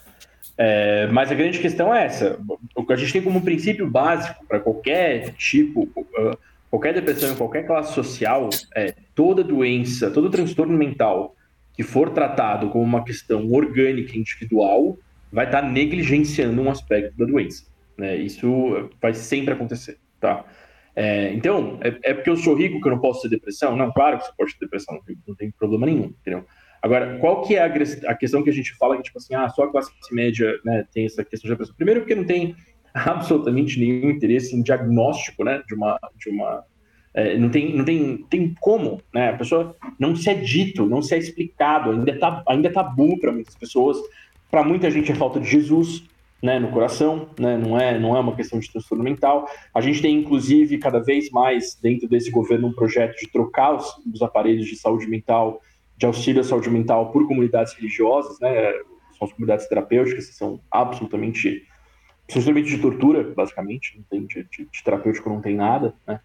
É, mas a grande questão é essa. O que a gente tem como princípio básico para qualquer tipo, qualquer depressão em qualquer classe social, é toda doença, todo transtorno mental que for tratado como uma questão orgânica individual vai estar negligenciando um aspecto da doença. Né? Isso vai sempre acontecer. Tá? É, então, é, é porque eu sou rico que eu não posso ter depressão? Não, claro que você pode ter depressão, não tem, não tem problema nenhum, entendeu? Agora, qual que é a, a questão que a gente fala que, tipo assim, ah, só a classe média, né, tem essa questão de depressão? Primeiro porque não tem absolutamente nenhum interesse em diagnóstico, né, de uma... De uma é, não tem, não tem, tem como, né, a pessoa não se é dito, não se é explicado, ainda tá, ainda é tabu para muitas pessoas, para muita gente é falta de Jesus, né, no coração, né, não é, não é uma questão de transtorno mental. A gente tem, inclusive, cada vez mais, dentro desse governo, um projeto de trocar os, os aparelhos de saúde mental, de auxílio à saúde mental por comunidades religiosas, né, são as comunidades terapêuticas, que são absolutamente, são extremamente de tortura, basicamente, não tem, de, de, de terapêutico não tem nada, né,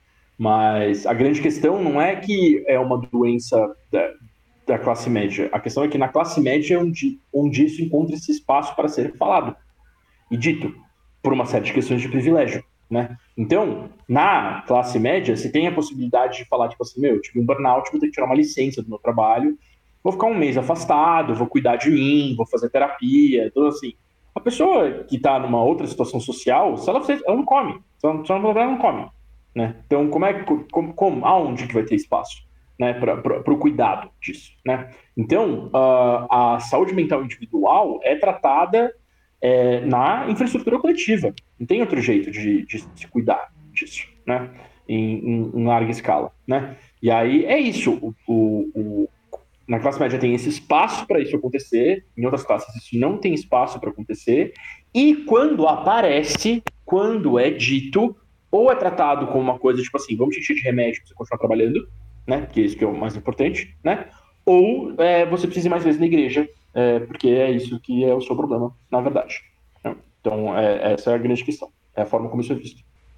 mas a grande questão não é que é uma doença da, da classe média, a questão é que na classe média é onde, onde isso encontra esse espaço para ser falado e dito, por uma série de questões de privilégio, né? Então, na classe média, você tem a possibilidade de falar, tipo assim, meu, eu tive um burnout, vou ter que tirar uma licença do meu trabalho, vou ficar um mês afastado, vou cuidar de mim, vou fazer terapia, tudo assim. A pessoa que está numa outra situação social, se ela, ela não come, se ela, se ela não, ela não come, né? Então, como é que, como, como, aonde que vai ter espaço, né, para o cuidado disso, né? Então, uh, a saúde mental individual é tratada É, na infraestrutura coletiva. Não tem outro jeito de, de se cuidar disso, né? Em, em, em larga escala, né? E aí é isso. O, o, o, na classe média tem esse espaço para isso acontecer, em outras classes isso não tem espaço para acontecer, e quando aparece, quando é dito, ou é tratado como uma coisa tipo assim, vamos te encher de remédio para você continuar trabalhando, né? Que é isso que é o mais importante, né? Ou é, você precisa ir mais vezes na igreja, é, porque é isso que é o seu problema, na verdade. Né? Então, é, essa é a grande questão. É a forma como isso é visto.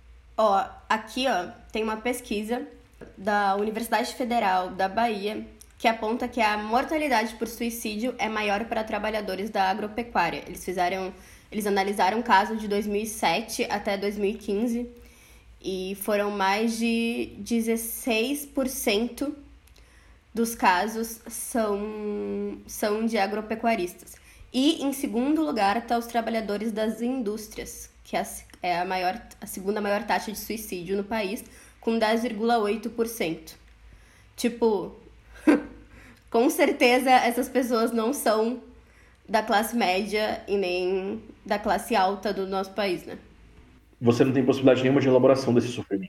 Ó, aqui, ó, tem uma pesquisa da Universidade Federal da Bahia que aponta que a mortalidade por suicídio é maior para trabalhadores da agropecuária. Eles fizeram, eles analisaram o caso de dois mil e sete até dois mil e quinze e foram mais de dezesseis por cento dos casos são, são de agropecuaristas. E, em segundo lugar, está os trabalhadores das indústrias, que é a, maior, a segunda maior taxa de suicídio no país, com dez vírgula oito por cento. Tipo, com certeza essas pessoas não são da classe média e nem da classe alta do nosso país, né? Você não tem possibilidade nenhuma de elaboração desse sofrimento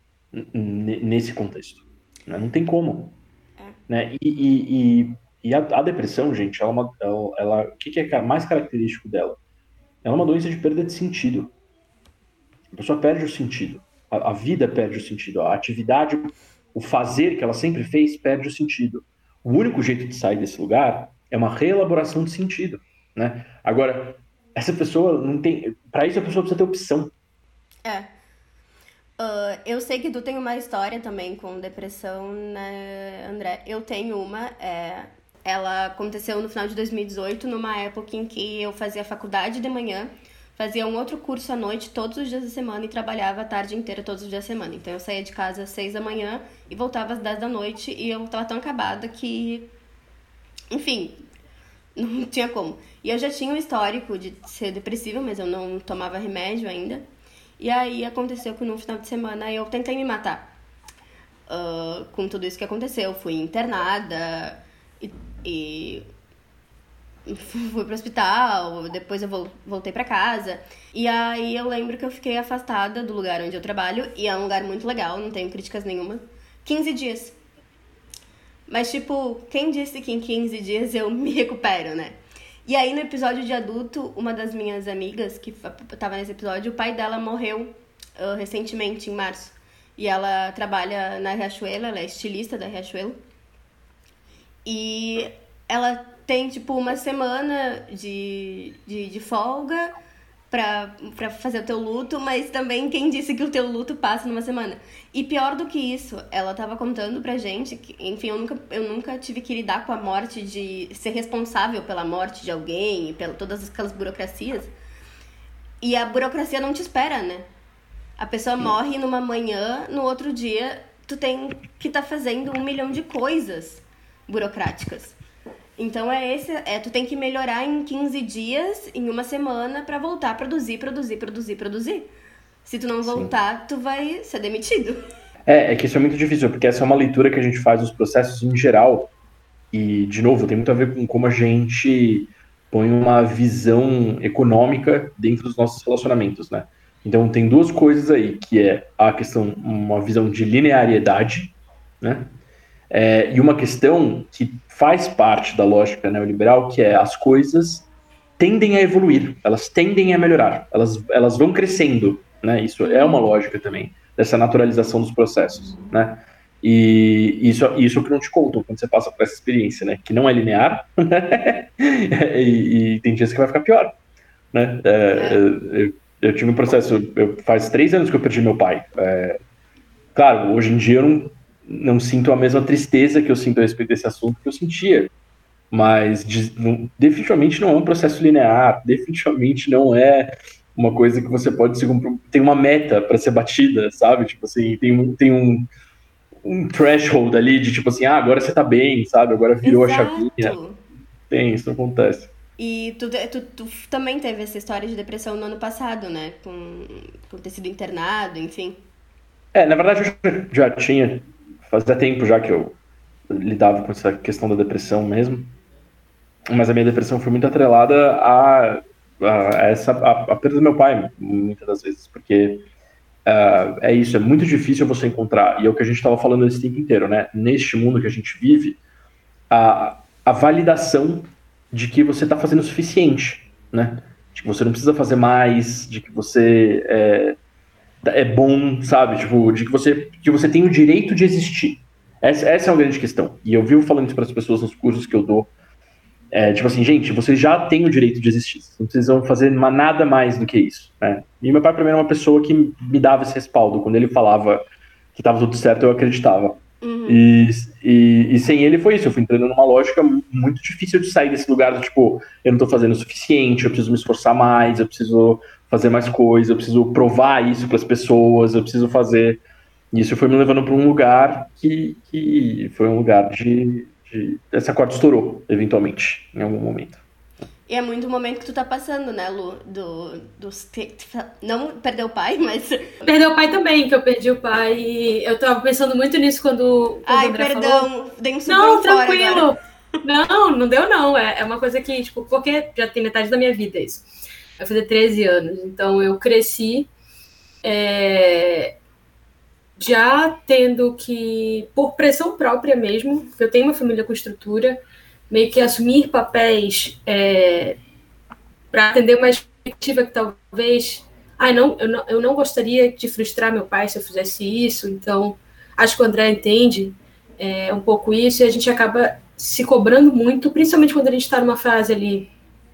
n- nesse contexto. Né? Não tem como. Né? E, e, e, e a, a depressão, gente, ela, é uma, ela, ela, o que, que é mais característico dela? Ela é uma doença de perda de sentido. A pessoa perde o sentido. A, a vida perde o sentido. A atividade, o fazer que ela sempre fez, perde o sentido. O único jeito de sair desse lugar é uma reelaboração de sentido. Né? Agora, essa pessoa não tem... Para isso, a pessoa precisa ter opção. É. Uh, eu sei que tu tem uma história também com depressão, né, André? Eu tenho uma. É, ela aconteceu no final de dois mil e dezoito, numa época em que eu fazia faculdade de manhã, fazia um outro curso à noite todos os dias da semana e trabalhava a tarde inteira todos os dias da semana. Então eu saía de casa às seis da manhã e voltava às dez da noite e eu tava tão acabada que... Enfim, não tinha como. E eu já tinha um histórico de ser depressiva, mas eu não tomava remédio ainda. E aí aconteceu que no final de semana eu tentei me matar. Uh, com tudo isso que aconteceu. Fui internada e, e fui pro hospital, depois eu voltei pra casa. E aí eu lembro que eu fiquei afastada do lugar onde eu trabalho, e é um lugar muito legal, não tenho críticas nenhuma. quinze dias. Mas tipo, quem disse que em quinze dias eu me recupero, né? E aí, no episódio de adulto, uma das minhas amigas que tava nesse episódio, o pai dela morreu uh, recentemente, em março. E ela trabalha na Riachuelo, ela é estilista da Riachuelo. E ela tem, tipo, uma semana de, de, de folga pra, pra fazer o teu luto, mas também quem disse que o teu luto passa numa semana. E pior do que isso, ela tava contando pra gente que, enfim, eu nunca, eu nunca tive que lidar com a morte, de ser responsável pela morte de alguém, e pela todas aquelas burocracias. E a burocracia não te espera, né? A pessoa morre numa manhã, no outro dia tu tem que estar tá fazendo um milhão de coisas burocráticas. Então é esse, é, tu tem que melhorar em quinze dias, em uma semana, pra voltar a produzir, produzir, produzir, produzir. Se tu não voltar, Sim. tu vai ser demitido. É, é que isso é muito difícil, porque essa é uma leitura que a gente faz dos processos em geral. E, de novo, tem muito a ver com como a gente põe uma visão econômica dentro dos nossos relacionamentos, né? Então tem duas coisas aí, que é a questão, uma visão de linearidade, né? É, e uma questão que faz parte da lógica neoliberal, que é as coisas tendem a evoluir, elas tendem a melhorar, elas, elas vão crescendo, né? Isso é uma lógica também, dessa naturalização dos processos, né? E isso, isso é o que não te contam quando você passa por essa experiência, né? Que não é linear, né? e, e tem dias que vai ficar pior, né? É, eu, eu tive um processo, eu, faz três anos que eu perdi meu pai. É, claro, hoje em dia eu não, não sinto a mesma tristeza que eu sinto a respeito desse assunto que eu sentia, mas de, não, definitivamente não é um processo linear, definitivamente não é uma coisa que você pode se tem uma meta para ser batida, sabe? Tipo assim, tem um, tem um um threshold ali de tipo assim, ah, agora você tá bem, sabe? Agora virou Exato. A chavinha. Tem, isso acontece. E tu, tu, tu também teve essa história de depressão no ano passado, né? Com, com ter sido internado, enfim. É, na verdade eu já tinha, fazia tempo já que eu lidava com essa questão da depressão mesmo. Mas a minha depressão foi muito atrelada a, a, essa, a, a perda do meu pai, muitas das vezes, porque Uh, é isso, é muito difícil você encontrar, e é o que a gente estava falando esse tempo inteiro, né? Neste mundo que a gente vive, a, a validação de que você está fazendo o suficiente, né? De que você não precisa fazer mais, de que você é, é bom, sabe? Tipo, de que você, que você tem o direito de existir. Essa, essa é uma grande questão. E eu vivo falando isso para as pessoas nos cursos que eu dou. É, tipo assim, gente, vocês já têm o direito de existir, vocês não precisam fazer nada mais do que isso, né? E meu pai, pra mim, era uma pessoa que me dava esse respaldo. Quando ele falava que estava tudo certo, eu acreditava. Uhum. E, e, e sem ele foi isso, eu fui entrando numa lógica muito difícil de sair desse lugar do tipo, eu não tô fazendo o suficiente, eu preciso me esforçar mais, eu preciso fazer mais coisas, eu preciso provar isso para as pessoas, eu preciso fazer... E isso foi me levando para um lugar que, que foi um lugar de... De, essa corda estourou, eventualmente, em algum momento. E é muito o momento que tu tá passando, né, Lu? Do, do, não perder o pai, mas... Perdeu o pai também, que eu perdi o pai. Eu tava pensando muito nisso quando, quando Ai, o André perdão, falou. dei um super Não, tranquilo. Não, não deu não. É, é uma coisa que, tipo, porque já tem metade da minha vida isso. Vai fazer treze anos. Então, eu cresci... É... já tendo que, por pressão própria mesmo, porque eu tenho uma família com estrutura, meio que assumir papéis é, para atender uma expectativa que talvez... Ai, não, eu, não, eu não gostaria de frustrar meu pai se eu fizesse isso, então acho que o André entende é, um pouco isso, e a gente acaba se cobrando muito, principalmente quando a gente está numa fase ali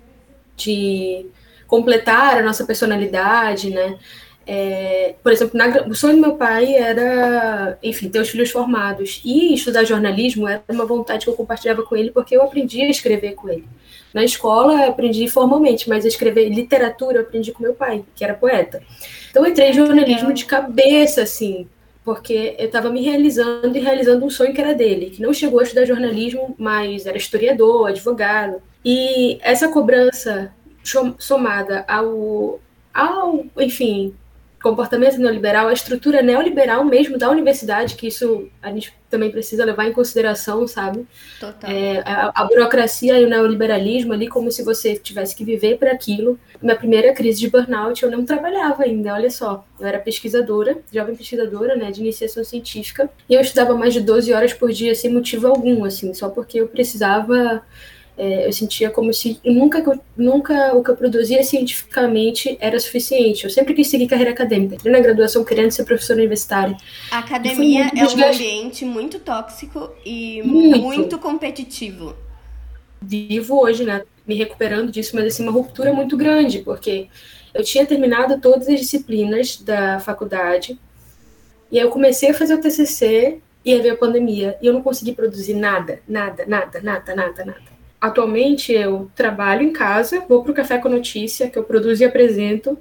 de completar a nossa personalidade, né? É, por exemplo, na, o sonho do meu pai era, enfim, ter os filhos formados, e estudar jornalismo era uma vontade que eu compartilhava com ele, porque eu aprendi a escrever com ele. Na escola eu aprendi formalmente, mas a escrever literatura eu aprendi com meu pai, que era poeta. Então eu entrei em jornalismo de cabeça, assim, porque eu estava me realizando e realizando um sonho que era dele, que não chegou a estudar jornalismo, mas era historiador, advogado. E essa cobrança somada ao, ao enfim... comportamento neoliberal, a estrutura neoliberal mesmo da universidade, que isso a gente também precisa levar em consideração, sabe? Total. É, a, a burocracia e o neoliberalismo ali, como se você tivesse que viver para aquilo. Minha primeira crise de burnout, eu não trabalhava ainda, olha só. Eu era pesquisadora, jovem pesquisadora, né, de iniciação científica, e eu estudava mais de doze horas por dia sem motivo algum, assim, só porque eu precisava... É, eu sentia como se nunca, nunca o que eu produzia cientificamente era suficiente. Eu sempre quis seguir carreira acadêmica. Entrei na graduação querendo ser professora universitária. A academia é um ambiente muito tóxico e muito, muito competitivo. Vivo hoje, né, me recuperando disso, mas assim, uma ruptura muito grande, porque Eu tinha terminado todas as disciplinas da faculdade, e aí eu comecei a fazer o T C C, e aí veio a pandemia, e eu não consegui produzir nada, nada, nada, nada, nada, nada. Atualmente eu trabalho em casa, vou para o Café com Notícia, que eu produzo e apresento,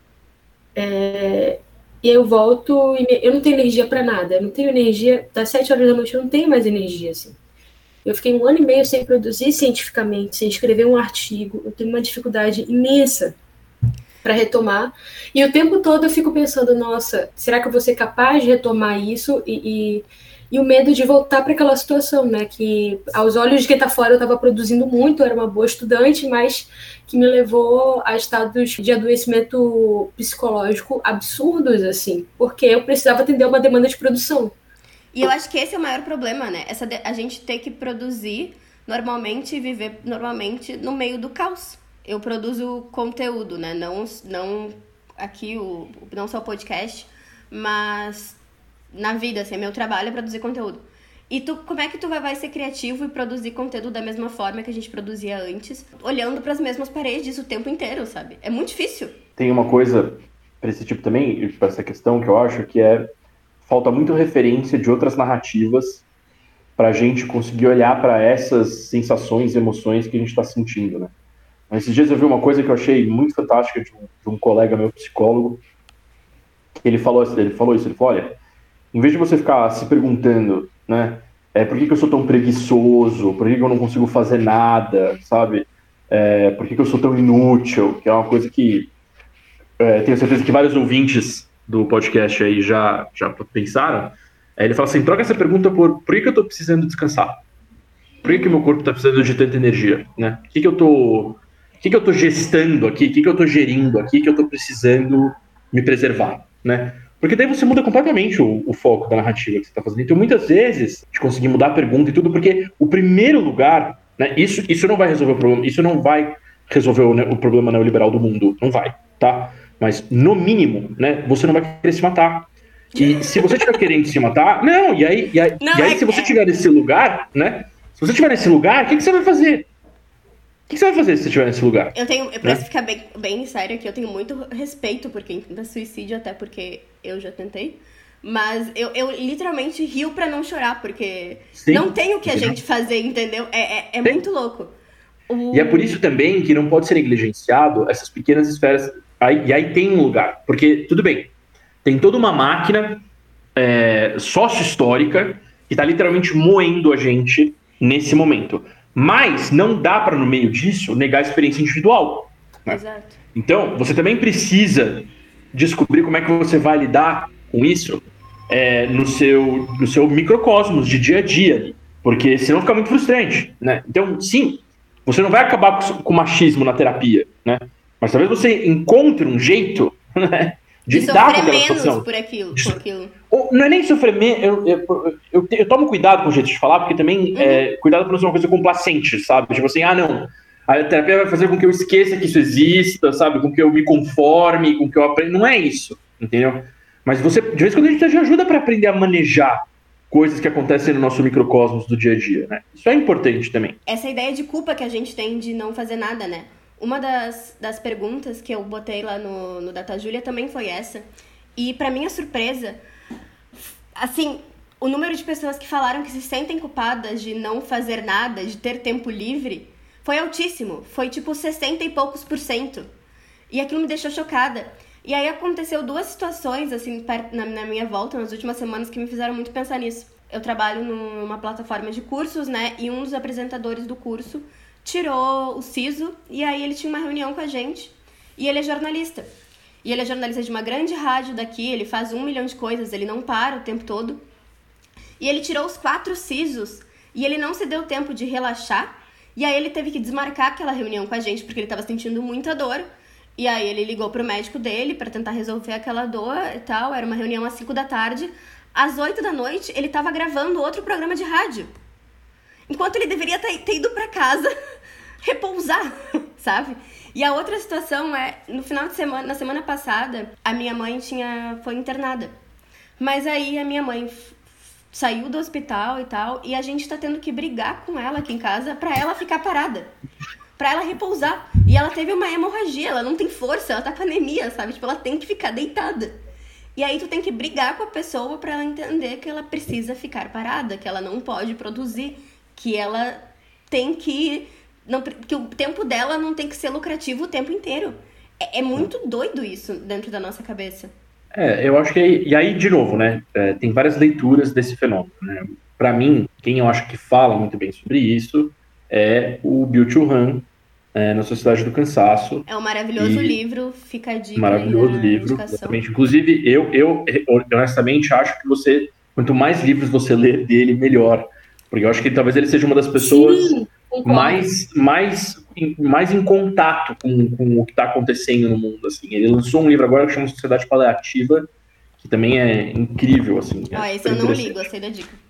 é... e aí eu volto, e eu não tenho energia para nada, eu não tenho energia, das sete horas da noite eu não tenho mais energia, assim. Eu fiquei um ano e meio sem produzir cientificamente, sem escrever um artigo, eu tenho uma dificuldade imensa para retomar, e o tempo todo eu fico pensando, nossa, será que eu vou ser capaz de retomar isso? E, e, e o medo de voltar para aquela situação, né, que aos olhos de quem está fora eu estava produzindo muito, eu era uma boa estudante, mas que me levou a estados de adoecimento psicológico absurdos, assim, porque eu precisava atender uma demanda de produção. E eu acho que esse é o maior problema, né, Essa de... a gente ter que produzir normalmente e viver normalmente no meio do caos. Eu produzo conteúdo, né? Não, não aqui, o, não só o podcast, mas na vida, assim, meu trabalho é produzir conteúdo. E tu, como é que tu vai, vai ser criativo e produzir conteúdo da mesma forma que a gente produzia antes, olhando para as mesmas paredes o tempo inteiro, sabe? É muito difícil. Tem uma coisa para esse tipo também, para essa questão que eu acho que é falta muito referência de outras narrativas para a gente conseguir olhar para essas sensações e emoções que a gente está sentindo, né? Esses dias eu vi uma coisa que eu achei muito fantástica de um, de um colega meu, psicólogo, que ele falou, ele falou isso, ele falou, olha, em vez de você ficar se perguntando, né, é, por que, que eu sou tão preguiçoso, por que, que eu não consigo fazer nada, sabe, é, por que, que eu sou tão inútil, que é uma coisa que é, tenho certeza que vários ouvintes do podcast aí já, já pensaram, é, ele fala assim, troca essa pergunta por por que, que eu tô precisando descansar? Por que, que meu corpo tá precisando de tanta energia, né? O que, que eu tô... O que, que eu estou gestando aqui? O que, que eu estou gerindo aqui que eu estou precisando me preservar, né? Porque daí você muda completamente o, o foco da narrativa que você está fazendo. Então, muitas vezes, de conseguir mudar a pergunta e tudo, porque o primeiro lugar, né? Isso, isso não vai resolver o problema, isso não vai resolver o, né, o problema neoliberal do mundo, não vai, tá? Mas, no mínimo, né? Você não vai querer se matar. E se você estiver querendo se matar, não, e aí, e aí, não, e aí é, se você é... estiver nesse lugar, né? Se você estiver nesse lugar, o que, que você vai fazer? O que você vai fazer se você estiver nesse lugar? Eu tenho, pra né? ficar bem, bem sério aqui, eu tenho muito respeito por quem tenta suicídio, até porque eu já tentei. Mas eu, eu literalmente rio pra não chorar, porque Sim. não tem o que a gente fazer, entendeu? É, é, é muito louco. O... E é por isso também que não pode ser negligenciado essas pequenas esferas. Aí, e aí tem um lugar. Porque, tudo bem, tem toda uma máquina é, sócio-histórica que tá literalmente moendo a gente nesse momento. Mas não dá para, no meio disso, negar a experiência individual. Né? Exato. Então, você também precisa descobrir como é que você vai lidar com isso é, no, seu, no seu microcosmos de dia a dia. Porque senão fica muito frustrante. Né? Então, sim, você não vai acabar com o machismo na terapia. Né? Mas talvez você encontre um jeito... Né? De, de lidar com sofrer aquela menos por aquilo, por aquilo. Não é nem sofrer menos. Eu, eu, eu, eu tomo cuidado com o jeito de falar, porque também uhum. é, cuidado para não ser uma coisa complacente, sabe? Tipo assim, ah, não. A terapia vai fazer com que eu esqueça que isso exista, sabe? Com que eu me conforme, com que eu aprenda. Não é isso, entendeu? Mas você, de vez em quando, a gente te ajuda para aprender a manejar coisas que acontecem no nosso microcosmos do dia a dia, né? Isso é importante também. Essa ideia de culpa que a gente tem de não fazer nada, né? Uma das, das perguntas que eu botei lá no, no Data Júlia também foi essa. E, pra minha surpresa, assim, o número de pessoas que falaram que se sentem culpadas de não fazer nada, de ter tempo livre, foi altíssimo. Foi, tipo, sessenta e poucos por cento. E aquilo me deixou chocada. E aí aconteceu duas situações, assim, na, na minha volta, nas últimas semanas, que me fizeram muito pensar nisso. Eu trabalho numa plataforma de cursos, né? E um dos apresentadores do curso tirou o siso, e aí ele tinha uma reunião com a gente, e ele é jornalista. E ele é jornalista de uma grande rádio daqui, ele faz um milhão de coisas, ele não para o tempo todo. E ele tirou os quatro sisos, e ele não se deu tempo de relaxar, e aí ele teve que desmarcar aquela reunião com a gente, porque ele estava sentindo muita dor, e aí ele ligou pro médico dele para tentar resolver aquela dor e tal, era uma reunião às cinco da tarde, às oito da noite ele estava gravando outro programa de rádio. Enquanto ele deveria ter ido pra casa repousar, sabe? E a outra situação é, no final de semana, na semana passada, a minha mãe tinha, foi internada. Mas aí a minha mãe f- saiu do hospital e tal, e a gente tá tendo que brigar com ela aqui em casa pra ela ficar parada. pra ela repousar. E ela teve uma hemorragia, ela não tem força, ela tá com anemia, sabe? Tipo, ela tem que ficar deitada. E aí tu tem que brigar com a pessoa pra ela entender que ela precisa ficar parada, que ela não pode produzir, que ela tem que... Não, que o tempo dela não tem que ser lucrativo o tempo inteiro. É, é muito doido isso dentro da nossa cabeça. É, eu acho que... E aí, de novo, né? É, tem várias leituras desse fenômeno, né? Pra mim, quem eu acho que fala muito bem sobre isso é o Byung-Chul Han, é, na Sociedade do Cansaço. É um maravilhoso e... livro, fica a dica. Maravilhoso aí, livro, indicação. exatamente. Inclusive, eu, eu honestamente acho que você, quanto mais livros você ler dele, melhor. Porque eu acho que talvez ele seja uma das pessoas Sim, mais, mais, mais em contato com, com o que está acontecendo no mundo. Assim. Ele lançou um livro agora que chama Sociedade Paliativa, que também é incrível. Assim, Ó, é esse eu não li, interessante. gostei da dica.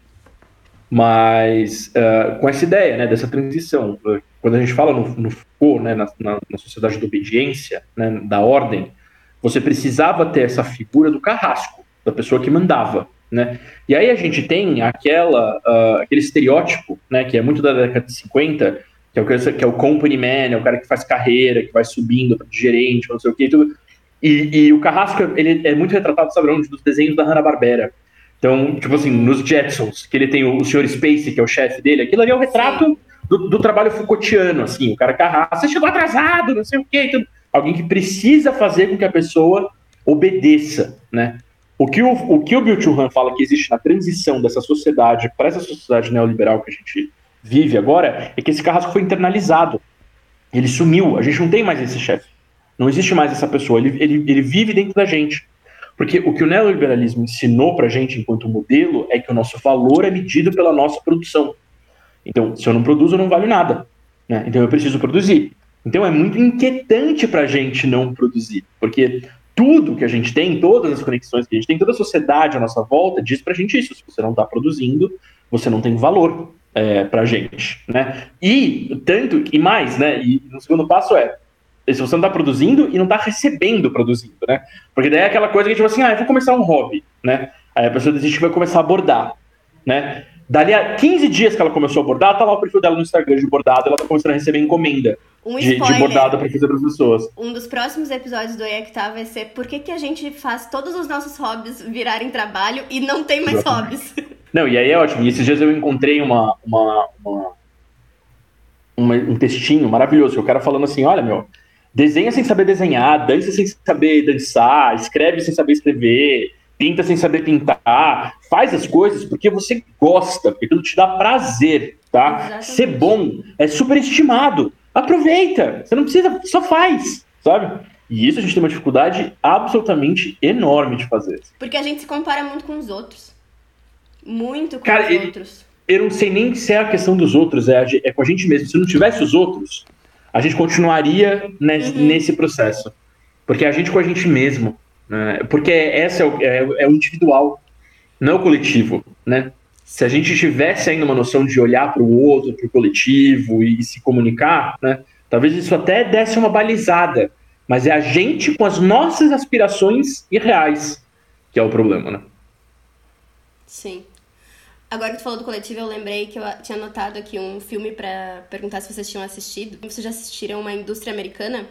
Mas uh, com essa ideia, né, dessa transição, quando a gente fala no, no Foucault, né, na, na, na sociedade da obediência, né, da ordem, você precisava ter essa figura do carrasco, da pessoa que mandava, né? E aí a gente tem aquela, uh, aquele estereótipo, né, que é muito da década de cinquenta, que é, o, que é o company man, é o cara que faz carreira, que vai subindo para gerente, não sei o que, tudo. E, e o carrasco, ele é muito retratado, sabe onde? Dos desenhos da Hanna-Barbera. Então, tipo assim, nos Jetsons, que ele tem o, o senhor Spacey, que é o chefe dele, aquilo ali é o retrato do, do trabalho Foucaultiano, assim, o cara carrasco, você chegou atrasado, não sei o quê, tudo. Alguém que precisa fazer com que a pessoa obedeça, né? O que o, o, que o Byung-Chul Han fala que existe na transição dessa sociedade para essa sociedade neoliberal que a gente vive agora, é que esse carrasco foi internalizado. Ele sumiu, a gente não tem mais esse chefe. Não existe mais essa pessoa, ele, ele, ele vive dentro da gente. Porque o que o neoliberalismo ensinou pra gente enquanto modelo é que o nosso valor é medido pela nossa produção. Então, se eu não produzo, eu não valho nada, né? Então eu preciso produzir. Então é muito inquietante pra gente não produzir, porque tudo que a gente tem, todas as conexões que a gente tem, toda a sociedade à nossa volta diz pra gente isso. Se você não tá produzindo, você não tem valor é, pra gente, né? E tanto, e mais, né? E no segundo passo é, se você não está produzindo e não está recebendo produzindo, né? Porque daí é aquela coisa que a gente fala assim, ah, eu vou começar um hobby, né? Aí a pessoa decide que vai começar a bordar, né? Dali a quinze dias que ela começou a bordar, tá lá o perfil dela no Instagram de bordado, ela tá começando a receber encomenda um de, de bordado para fazer para as pessoas. Um dos próximos episódios do Eectá vai ser por que, que a gente faz todos os nossos hobbies virarem trabalho e não tem mais Exatamente. hobbies. Não, e aí é ótimo. E esses dias eu encontrei uma, uma, uma, uma um textinho maravilhoso, que o cara falando assim, olha, meu, desenha sem saber desenhar, dança sem saber dançar, escreve sem saber escrever, pinta sem saber pintar, faz as coisas porque você gosta, porque aquilo te dá prazer, tá? Exatamente. Ser bom é superestimado. Aproveita, você não precisa, só faz, sabe? E isso a gente tem uma dificuldade absolutamente enorme de fazer. Porque a gente se compara muito com os outros. Muito com Cara, os ele, outros. Eu não sei nem se é a questão dos outros, é, a, é com a gente mesmo. Se não tivesse os outros, a gente continuaria nesse, uhum. nesse processo. Porque é a gente com a gente mesmo. Né? Porque essa é o, é, é o individual, não é o coletivo. Né? Se a gente tivesse ainda uma noção de olhar para o outro, para o coletivo e, e se comunicar, né? Talvez isso até desse uma balizada. Mas é a gente com as nossas aspirações irreais que é o problema, né? Sim. Agora que tu falou do coletivo, eu lembrei que eu tinha anotado aqui um filme pra perguntar se vocês tinham assistido. Vocês já assistiram Uma Indústria Americana?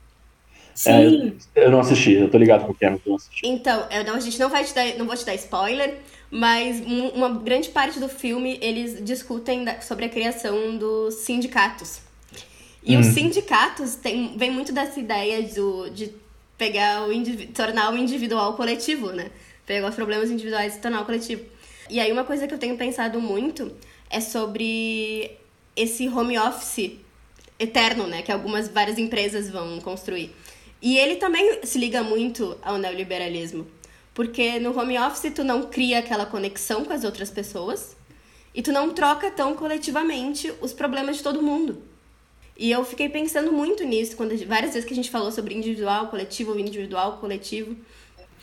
Sim. É, eu não assisti, eu tô ligado com o que é, mas eu não assisti. Então, eu não, a gente não vai te dar, não vou te dar spoiler, mas uma grande parte do filme eles discutem da, sobre a criação dos sindicatos. E hum. os sindicatos tem, vem muito dessa ideia do, de pegar o indiví- tornar o individual coletivo, né? Pegar os problemas individuais e tornar o coletivo. E aí uma coisa que eu tenho pensado muito é sobre esse home office eterno, né? Que algumas, várias empresas vão construir. E ele também se liga muito ao neoliberalismo. Porque no home office tu não cria aquela conexão com as outras pessoas e tu não troca tão coletivamente os problemas de todo mundo. E eu fiquei pensando muito nisso, quando várias vezes que a gente falou sobre individual, coletivo, individual, coletivo.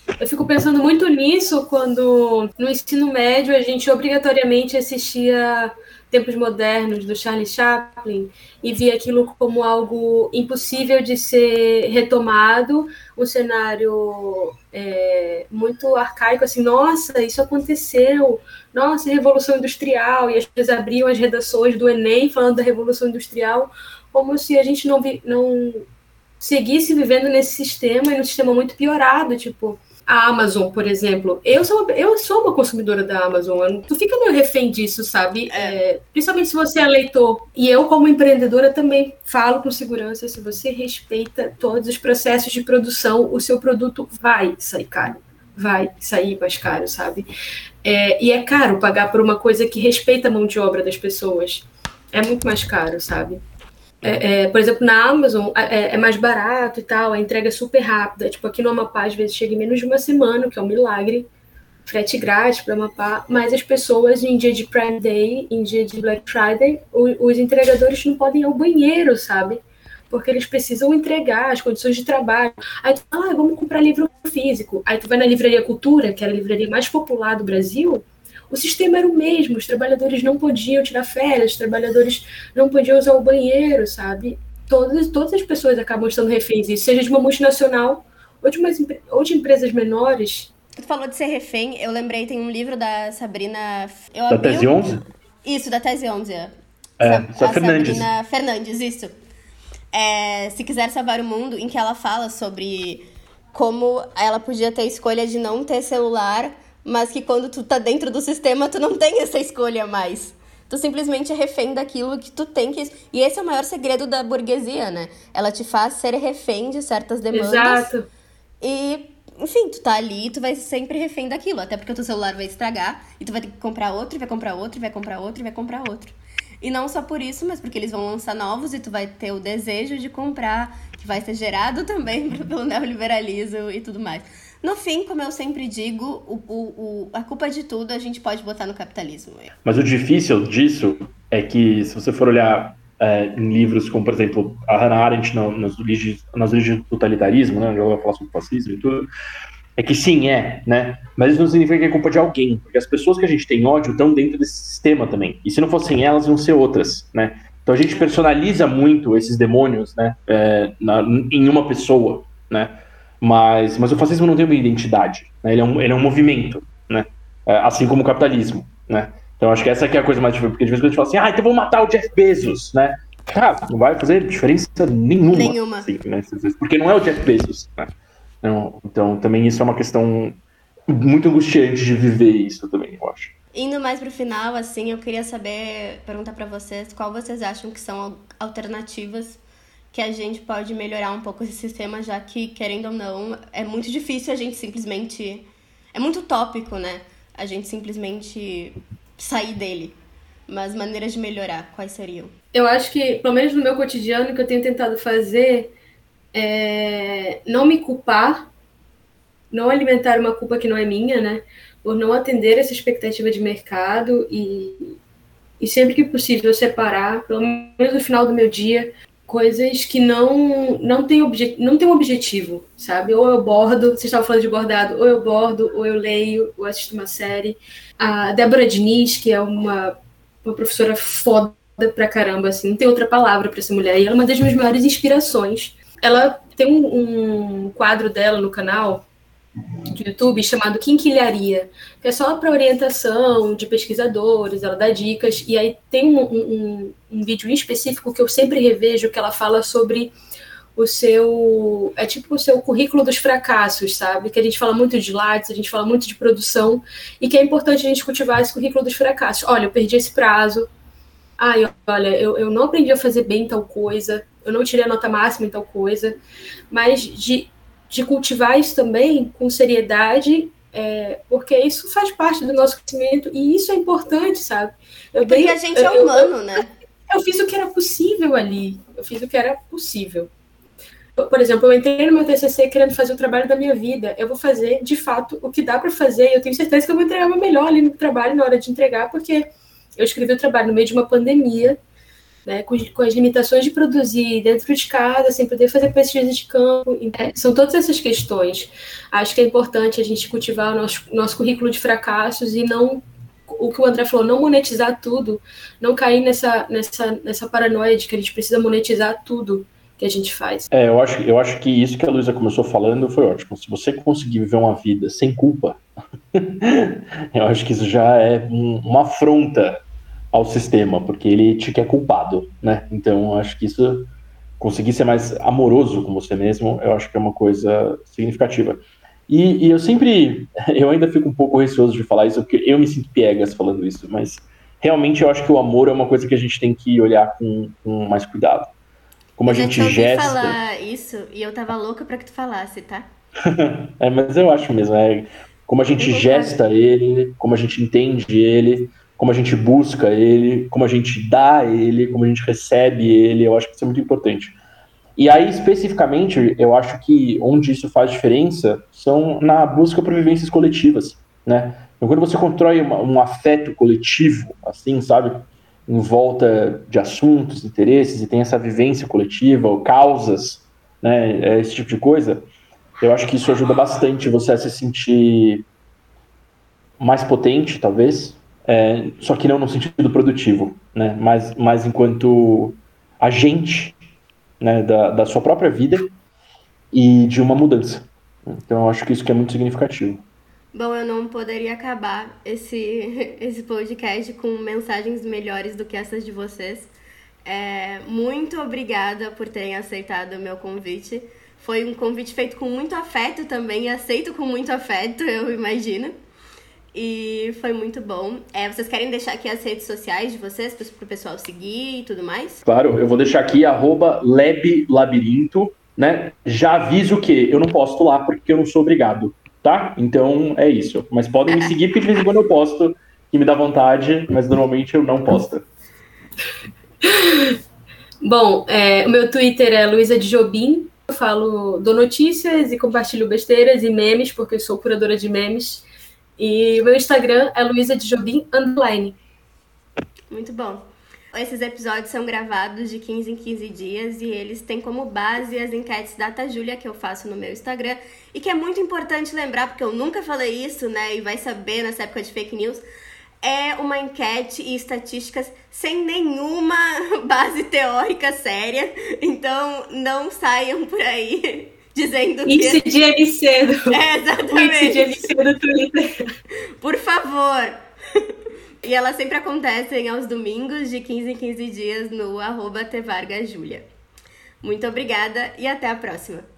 Eu fico pensando muito nisso quando, no ensino médio, a gente obrigatoriamente assistia Tempos Modernos, do Charlie Chaplin, e via aquilo como algo impossível de ser retomado, um cenário é, muito arcaico, assim, nossa, isso aconteceu, nossa, Revolução Industrial, e as pessoas abriam as redações do Enem falando da Revolução Industrial, como se a gente não, vi, não seguisse vivendo nesse sistema, e num sistema muito piorado, tipo... A Amazon, por exemplo, eu sou, uma, eu sou uma consumidora da Amazon, tu fica meio refém disso, sabe? É. É, principalmente se você é leitor. E eu, como empreendedora, também falo com segurança, se você respeita todos os processos de produção, o seu produto vai sair caro. Vai sair mais caro, sabe? É, e é caro pagar por uma coisa que respeita a mão de obra das pessoas. É muito mais caro, sabe? É, é, por exemplo, na Amazon é, é mais barato e tal, a entrega é super rápida. Tipo, aqui no Amapá, às vezes, chega em menos de uma semana, o que é um milagre. Frete grátis para Amapá. Mas as pessoas, em dia de Prime Day, em dia de Black Friday, o, os entregadores não podem ir ao banheiro, sabe? Porque eles precisam entregar as condições de trabalho. Aí tu fala, ah, vamos comprar livro físico. Aí tu vai na Livraria Cultura, que era a livraria mais popular do Brasil. O sistema era o mesmo, os trabalhadores não podiam tirar férias, os trabalhadores não podiam usar o banheiro, sabe? Todas, todas as pessoas acabam estando reféns disso, seja de uma multinacional ou de, umas, ou de empresas menores. Tu falou de ser refém, eu lembrei, tem um livro da Sabrina... Eu da Tese onze? Isso, da Tese onze. É, Sa- a Fernandes. Sabrina Fernandes, isso. É, Se Quiser Salvar o Mundo, em que ela fala sobre como ela podia ter a escolha de não ter celular, mas que quando tu tá dentro do sistema, tu não tem essa escolha mais. Tu simplesmente é refém daquilo que tu tem que... E esse é o maior segredo da burguesia, né? Ela te faz ser refém de certas demandas. Exato. E, enfim, tu tá ali e tu vai ser sempre refém daquilo. Até porque o teu celular vai estragar e tu vai ter que comprar outro, e vai comprar outro, e vai comprar outro, e vai comprar outro. E não só por isso, mas porque eles vão lançar novos e tu vai ter o desejo de comprar, que vai ser gerado também pelo neoliberalismo e tudo mais. No fim, como eu sempre digo, o, o, o, a culpa de tudo a gente pode botar no capitalismo. Mas o difícil disso é que, se você for olhar é, em livros como, por exemplo, a Hannah Arendt no, nos origens do totalitarismo, né, onde ela vai falar sobre fascismo e tudo, é que sim, é, né? Mas isso não significa que é culpa de alguém, porque as pessoas que a gente tem ódio estão dentro desse sistema também. E se não fossem elas, iam ser outras, né? Então a gente personaliza muito esses demônios, né, é, na, em uma pessoa, né? Mas, mas o fascismo não tem uma identidade, né? Ele, é um, ele é um movimento, né? É, assim como o capitalismo, né? Então acho que essa aqui é a coisa mais difícil, porque de vez em quando a gente fala assim, ah, então vamos matar o Jeff Bezos, né? Cara, não vai fazer diferença nenhuma. Nenhuma. Assim, né? Porque não é o Jeff Bezos, né? Então, então também isso é uma questão muito angustiante de viver isso também, eu acho. Indo mais pro final, assim, eu queria saber, perguntar pra vocês, qual vocês acham que são alternativas que a gente pode melhorar um pouco esse sistema, já que, querendo ou não, é muito difícil a gente simplesmente... É muito utópico, né? A gente simplesmente sair dele. Mas maneiras de melhorar, quais seriam? Eu acho que, pelo menos no meu cotidiano, o que eu tenho tentado fazer é não me culpar, não alimentar uma culpa que não é minha, né? Por não atender essa expectativa de mercado e, e sempre que possível separar, pelo menos no final do meu dia, coisas que não, não têm obje, não tem um objetivo, sabe? Ou eu bordo, vocês estavam falando de bordado, ou eu bordo, ou eu leio, ou assisto uma série. A Débora Diniz, que é uma, uma professora foda pra caramba, assim, não tem outra palavra pra essa mulher, e ela é uma das minhas maiores inspirações. Ela tem um, um quadro dela no canal do YouTube chamado Quinquilharia, que é só para orientação de pesquisadores, ela dá dicas, e aí tem um, um, um vídeo em específico que eu sempre revejo, que ela fala sobre o seu, é tipo o seu currículo dos fracassos, sabe? Que a gente fala muito de lattes, a gente fala muito de produção, e que é importante a gente cultivar esse currículo dos fracassos. Olha, eu perdi esse prazo, ai, olha, eu, eu não aprendi a fazer bem tal coisa, eu não tirei a nota máxima em tal coisa, mas de de cultivar isso também com seriedade, é, porque isso faz parte do nosso crescimento e isso é importante, sabe? Eu porque bem, a gente eu, é humano, eu, né? Eu, eu fiz o que era possível ali, eu fiz o que era possível. Por exemplo, eu entrei no meu T C C querendo fazer o trabalho da minha vida, eu vou fazer, de fato, o que dá para fazer, e eu tenho certeza que eu vou entregar o melhor ali no trabalho na hora de entregar, porque eu escrevi o trabalho no meio de uma pandemia, né, com, com as limitações de produzir dentro de casa, sem poder fazer pesquisa de campo. Então, são todas essas questões. Acho que é importante a gente cultivar o nosso, nosso currículo de fracassos e não, o que o André falou, não monetizar tudo, não cair nessa, nessa, nessa paranoia de que a gente precisa monetizar tudo que a gente faz. É, eu acho, eu acho que isso que a Luísa começou falando foi ótimo. Se você conseguir viver uma vida sem culpa, eu acho que isso já é um, uma afronta ao sistema, porque ele te quer culpado, né? Então, eu acho que isso, conseguir ser mais amoroso com você mesmo, eu acho que é uma coisa significativa. E, e eu sempre, eu ainda fico um pouco receoso de falar isso, porque eu me sinto piegas falando isso, mas realmente eu acho que o amor é uma coisa que a gente tem que olhar com, com mais cuidado. Como a eu gente já te ouvi gesta... falar isso e eu tava louca pra que tu falasse, tá? é, mas eu acho mesmo, é como a gente gesta ele, como a gente entende ele, como a gente busca ele, como a gente dá ele, como a gente recebe ele, eu acho que isso é muito importante. E aí, especificamente, eu acho que onde isso faz diferença são na busca por vivências coletivas, né? Então, quando você constrói uma, um afeto coletivo, assim, sabe? Em volta de assuntos, interesses, e tem essa vivência coletiva, ou causas, né? Esse tipo de coisa, eu acho que isso ajuda bastante você a se sentir mais potente, talvez, é, só que não no sentido produtivo, né? Mas, mas enquanto agente, né, da, da sua própria vida e de uma mudança. Então, eu acho que isso que é muito significativo. Bom, eu não poderia acabar esse, esse podcast com mensagens melhores do que essas de vocês. É, muito obrigada por terem aceitado o meu convite. Foi um convite feito com muito afeto também, e aceito com muito afeto, eu imagino. E foi muito bom. É, vocês querem deixar aqui as redes sociais de vocês para o pessoal seguir e tudo mais? Claro, eu vou deixar aqui arroba leblabirintho, né? Já aviso que eu não posto lá porque eu não sou obrigado, tá? Então é isso. Mas podem me seguir porque de vez em quando eu posto, que me dá vontade, mas normalmente eu não posto. Bom, é, o meu Twitter é Luísa de Jobim. Eu falo, dou notícias e compartilho besteiras e memes, porque eu sou curadora de memes. E o meu Instagram é Luísa de Jobim underline. Muito bom. Esses episódios são gravados de quinze em quinze dias e eles têm como base as enquetes Data Júlia que eu faço no meu Instagram e que é muito importante lembrar, porque eu nunca falei isso, né, e vai saber nessa época de fake news, é uma enquete e estatísticas sem nenhuma base teórica séria, então não saiam por aí dizendo que... Índice de M C do... É, exatamente. Índice de M C do Twitter. Por favor. E elas sempre acontecem aos domingos, de quinze em quinze dias, no arroba tvargasjulia. Muito obrigada e até a próxima.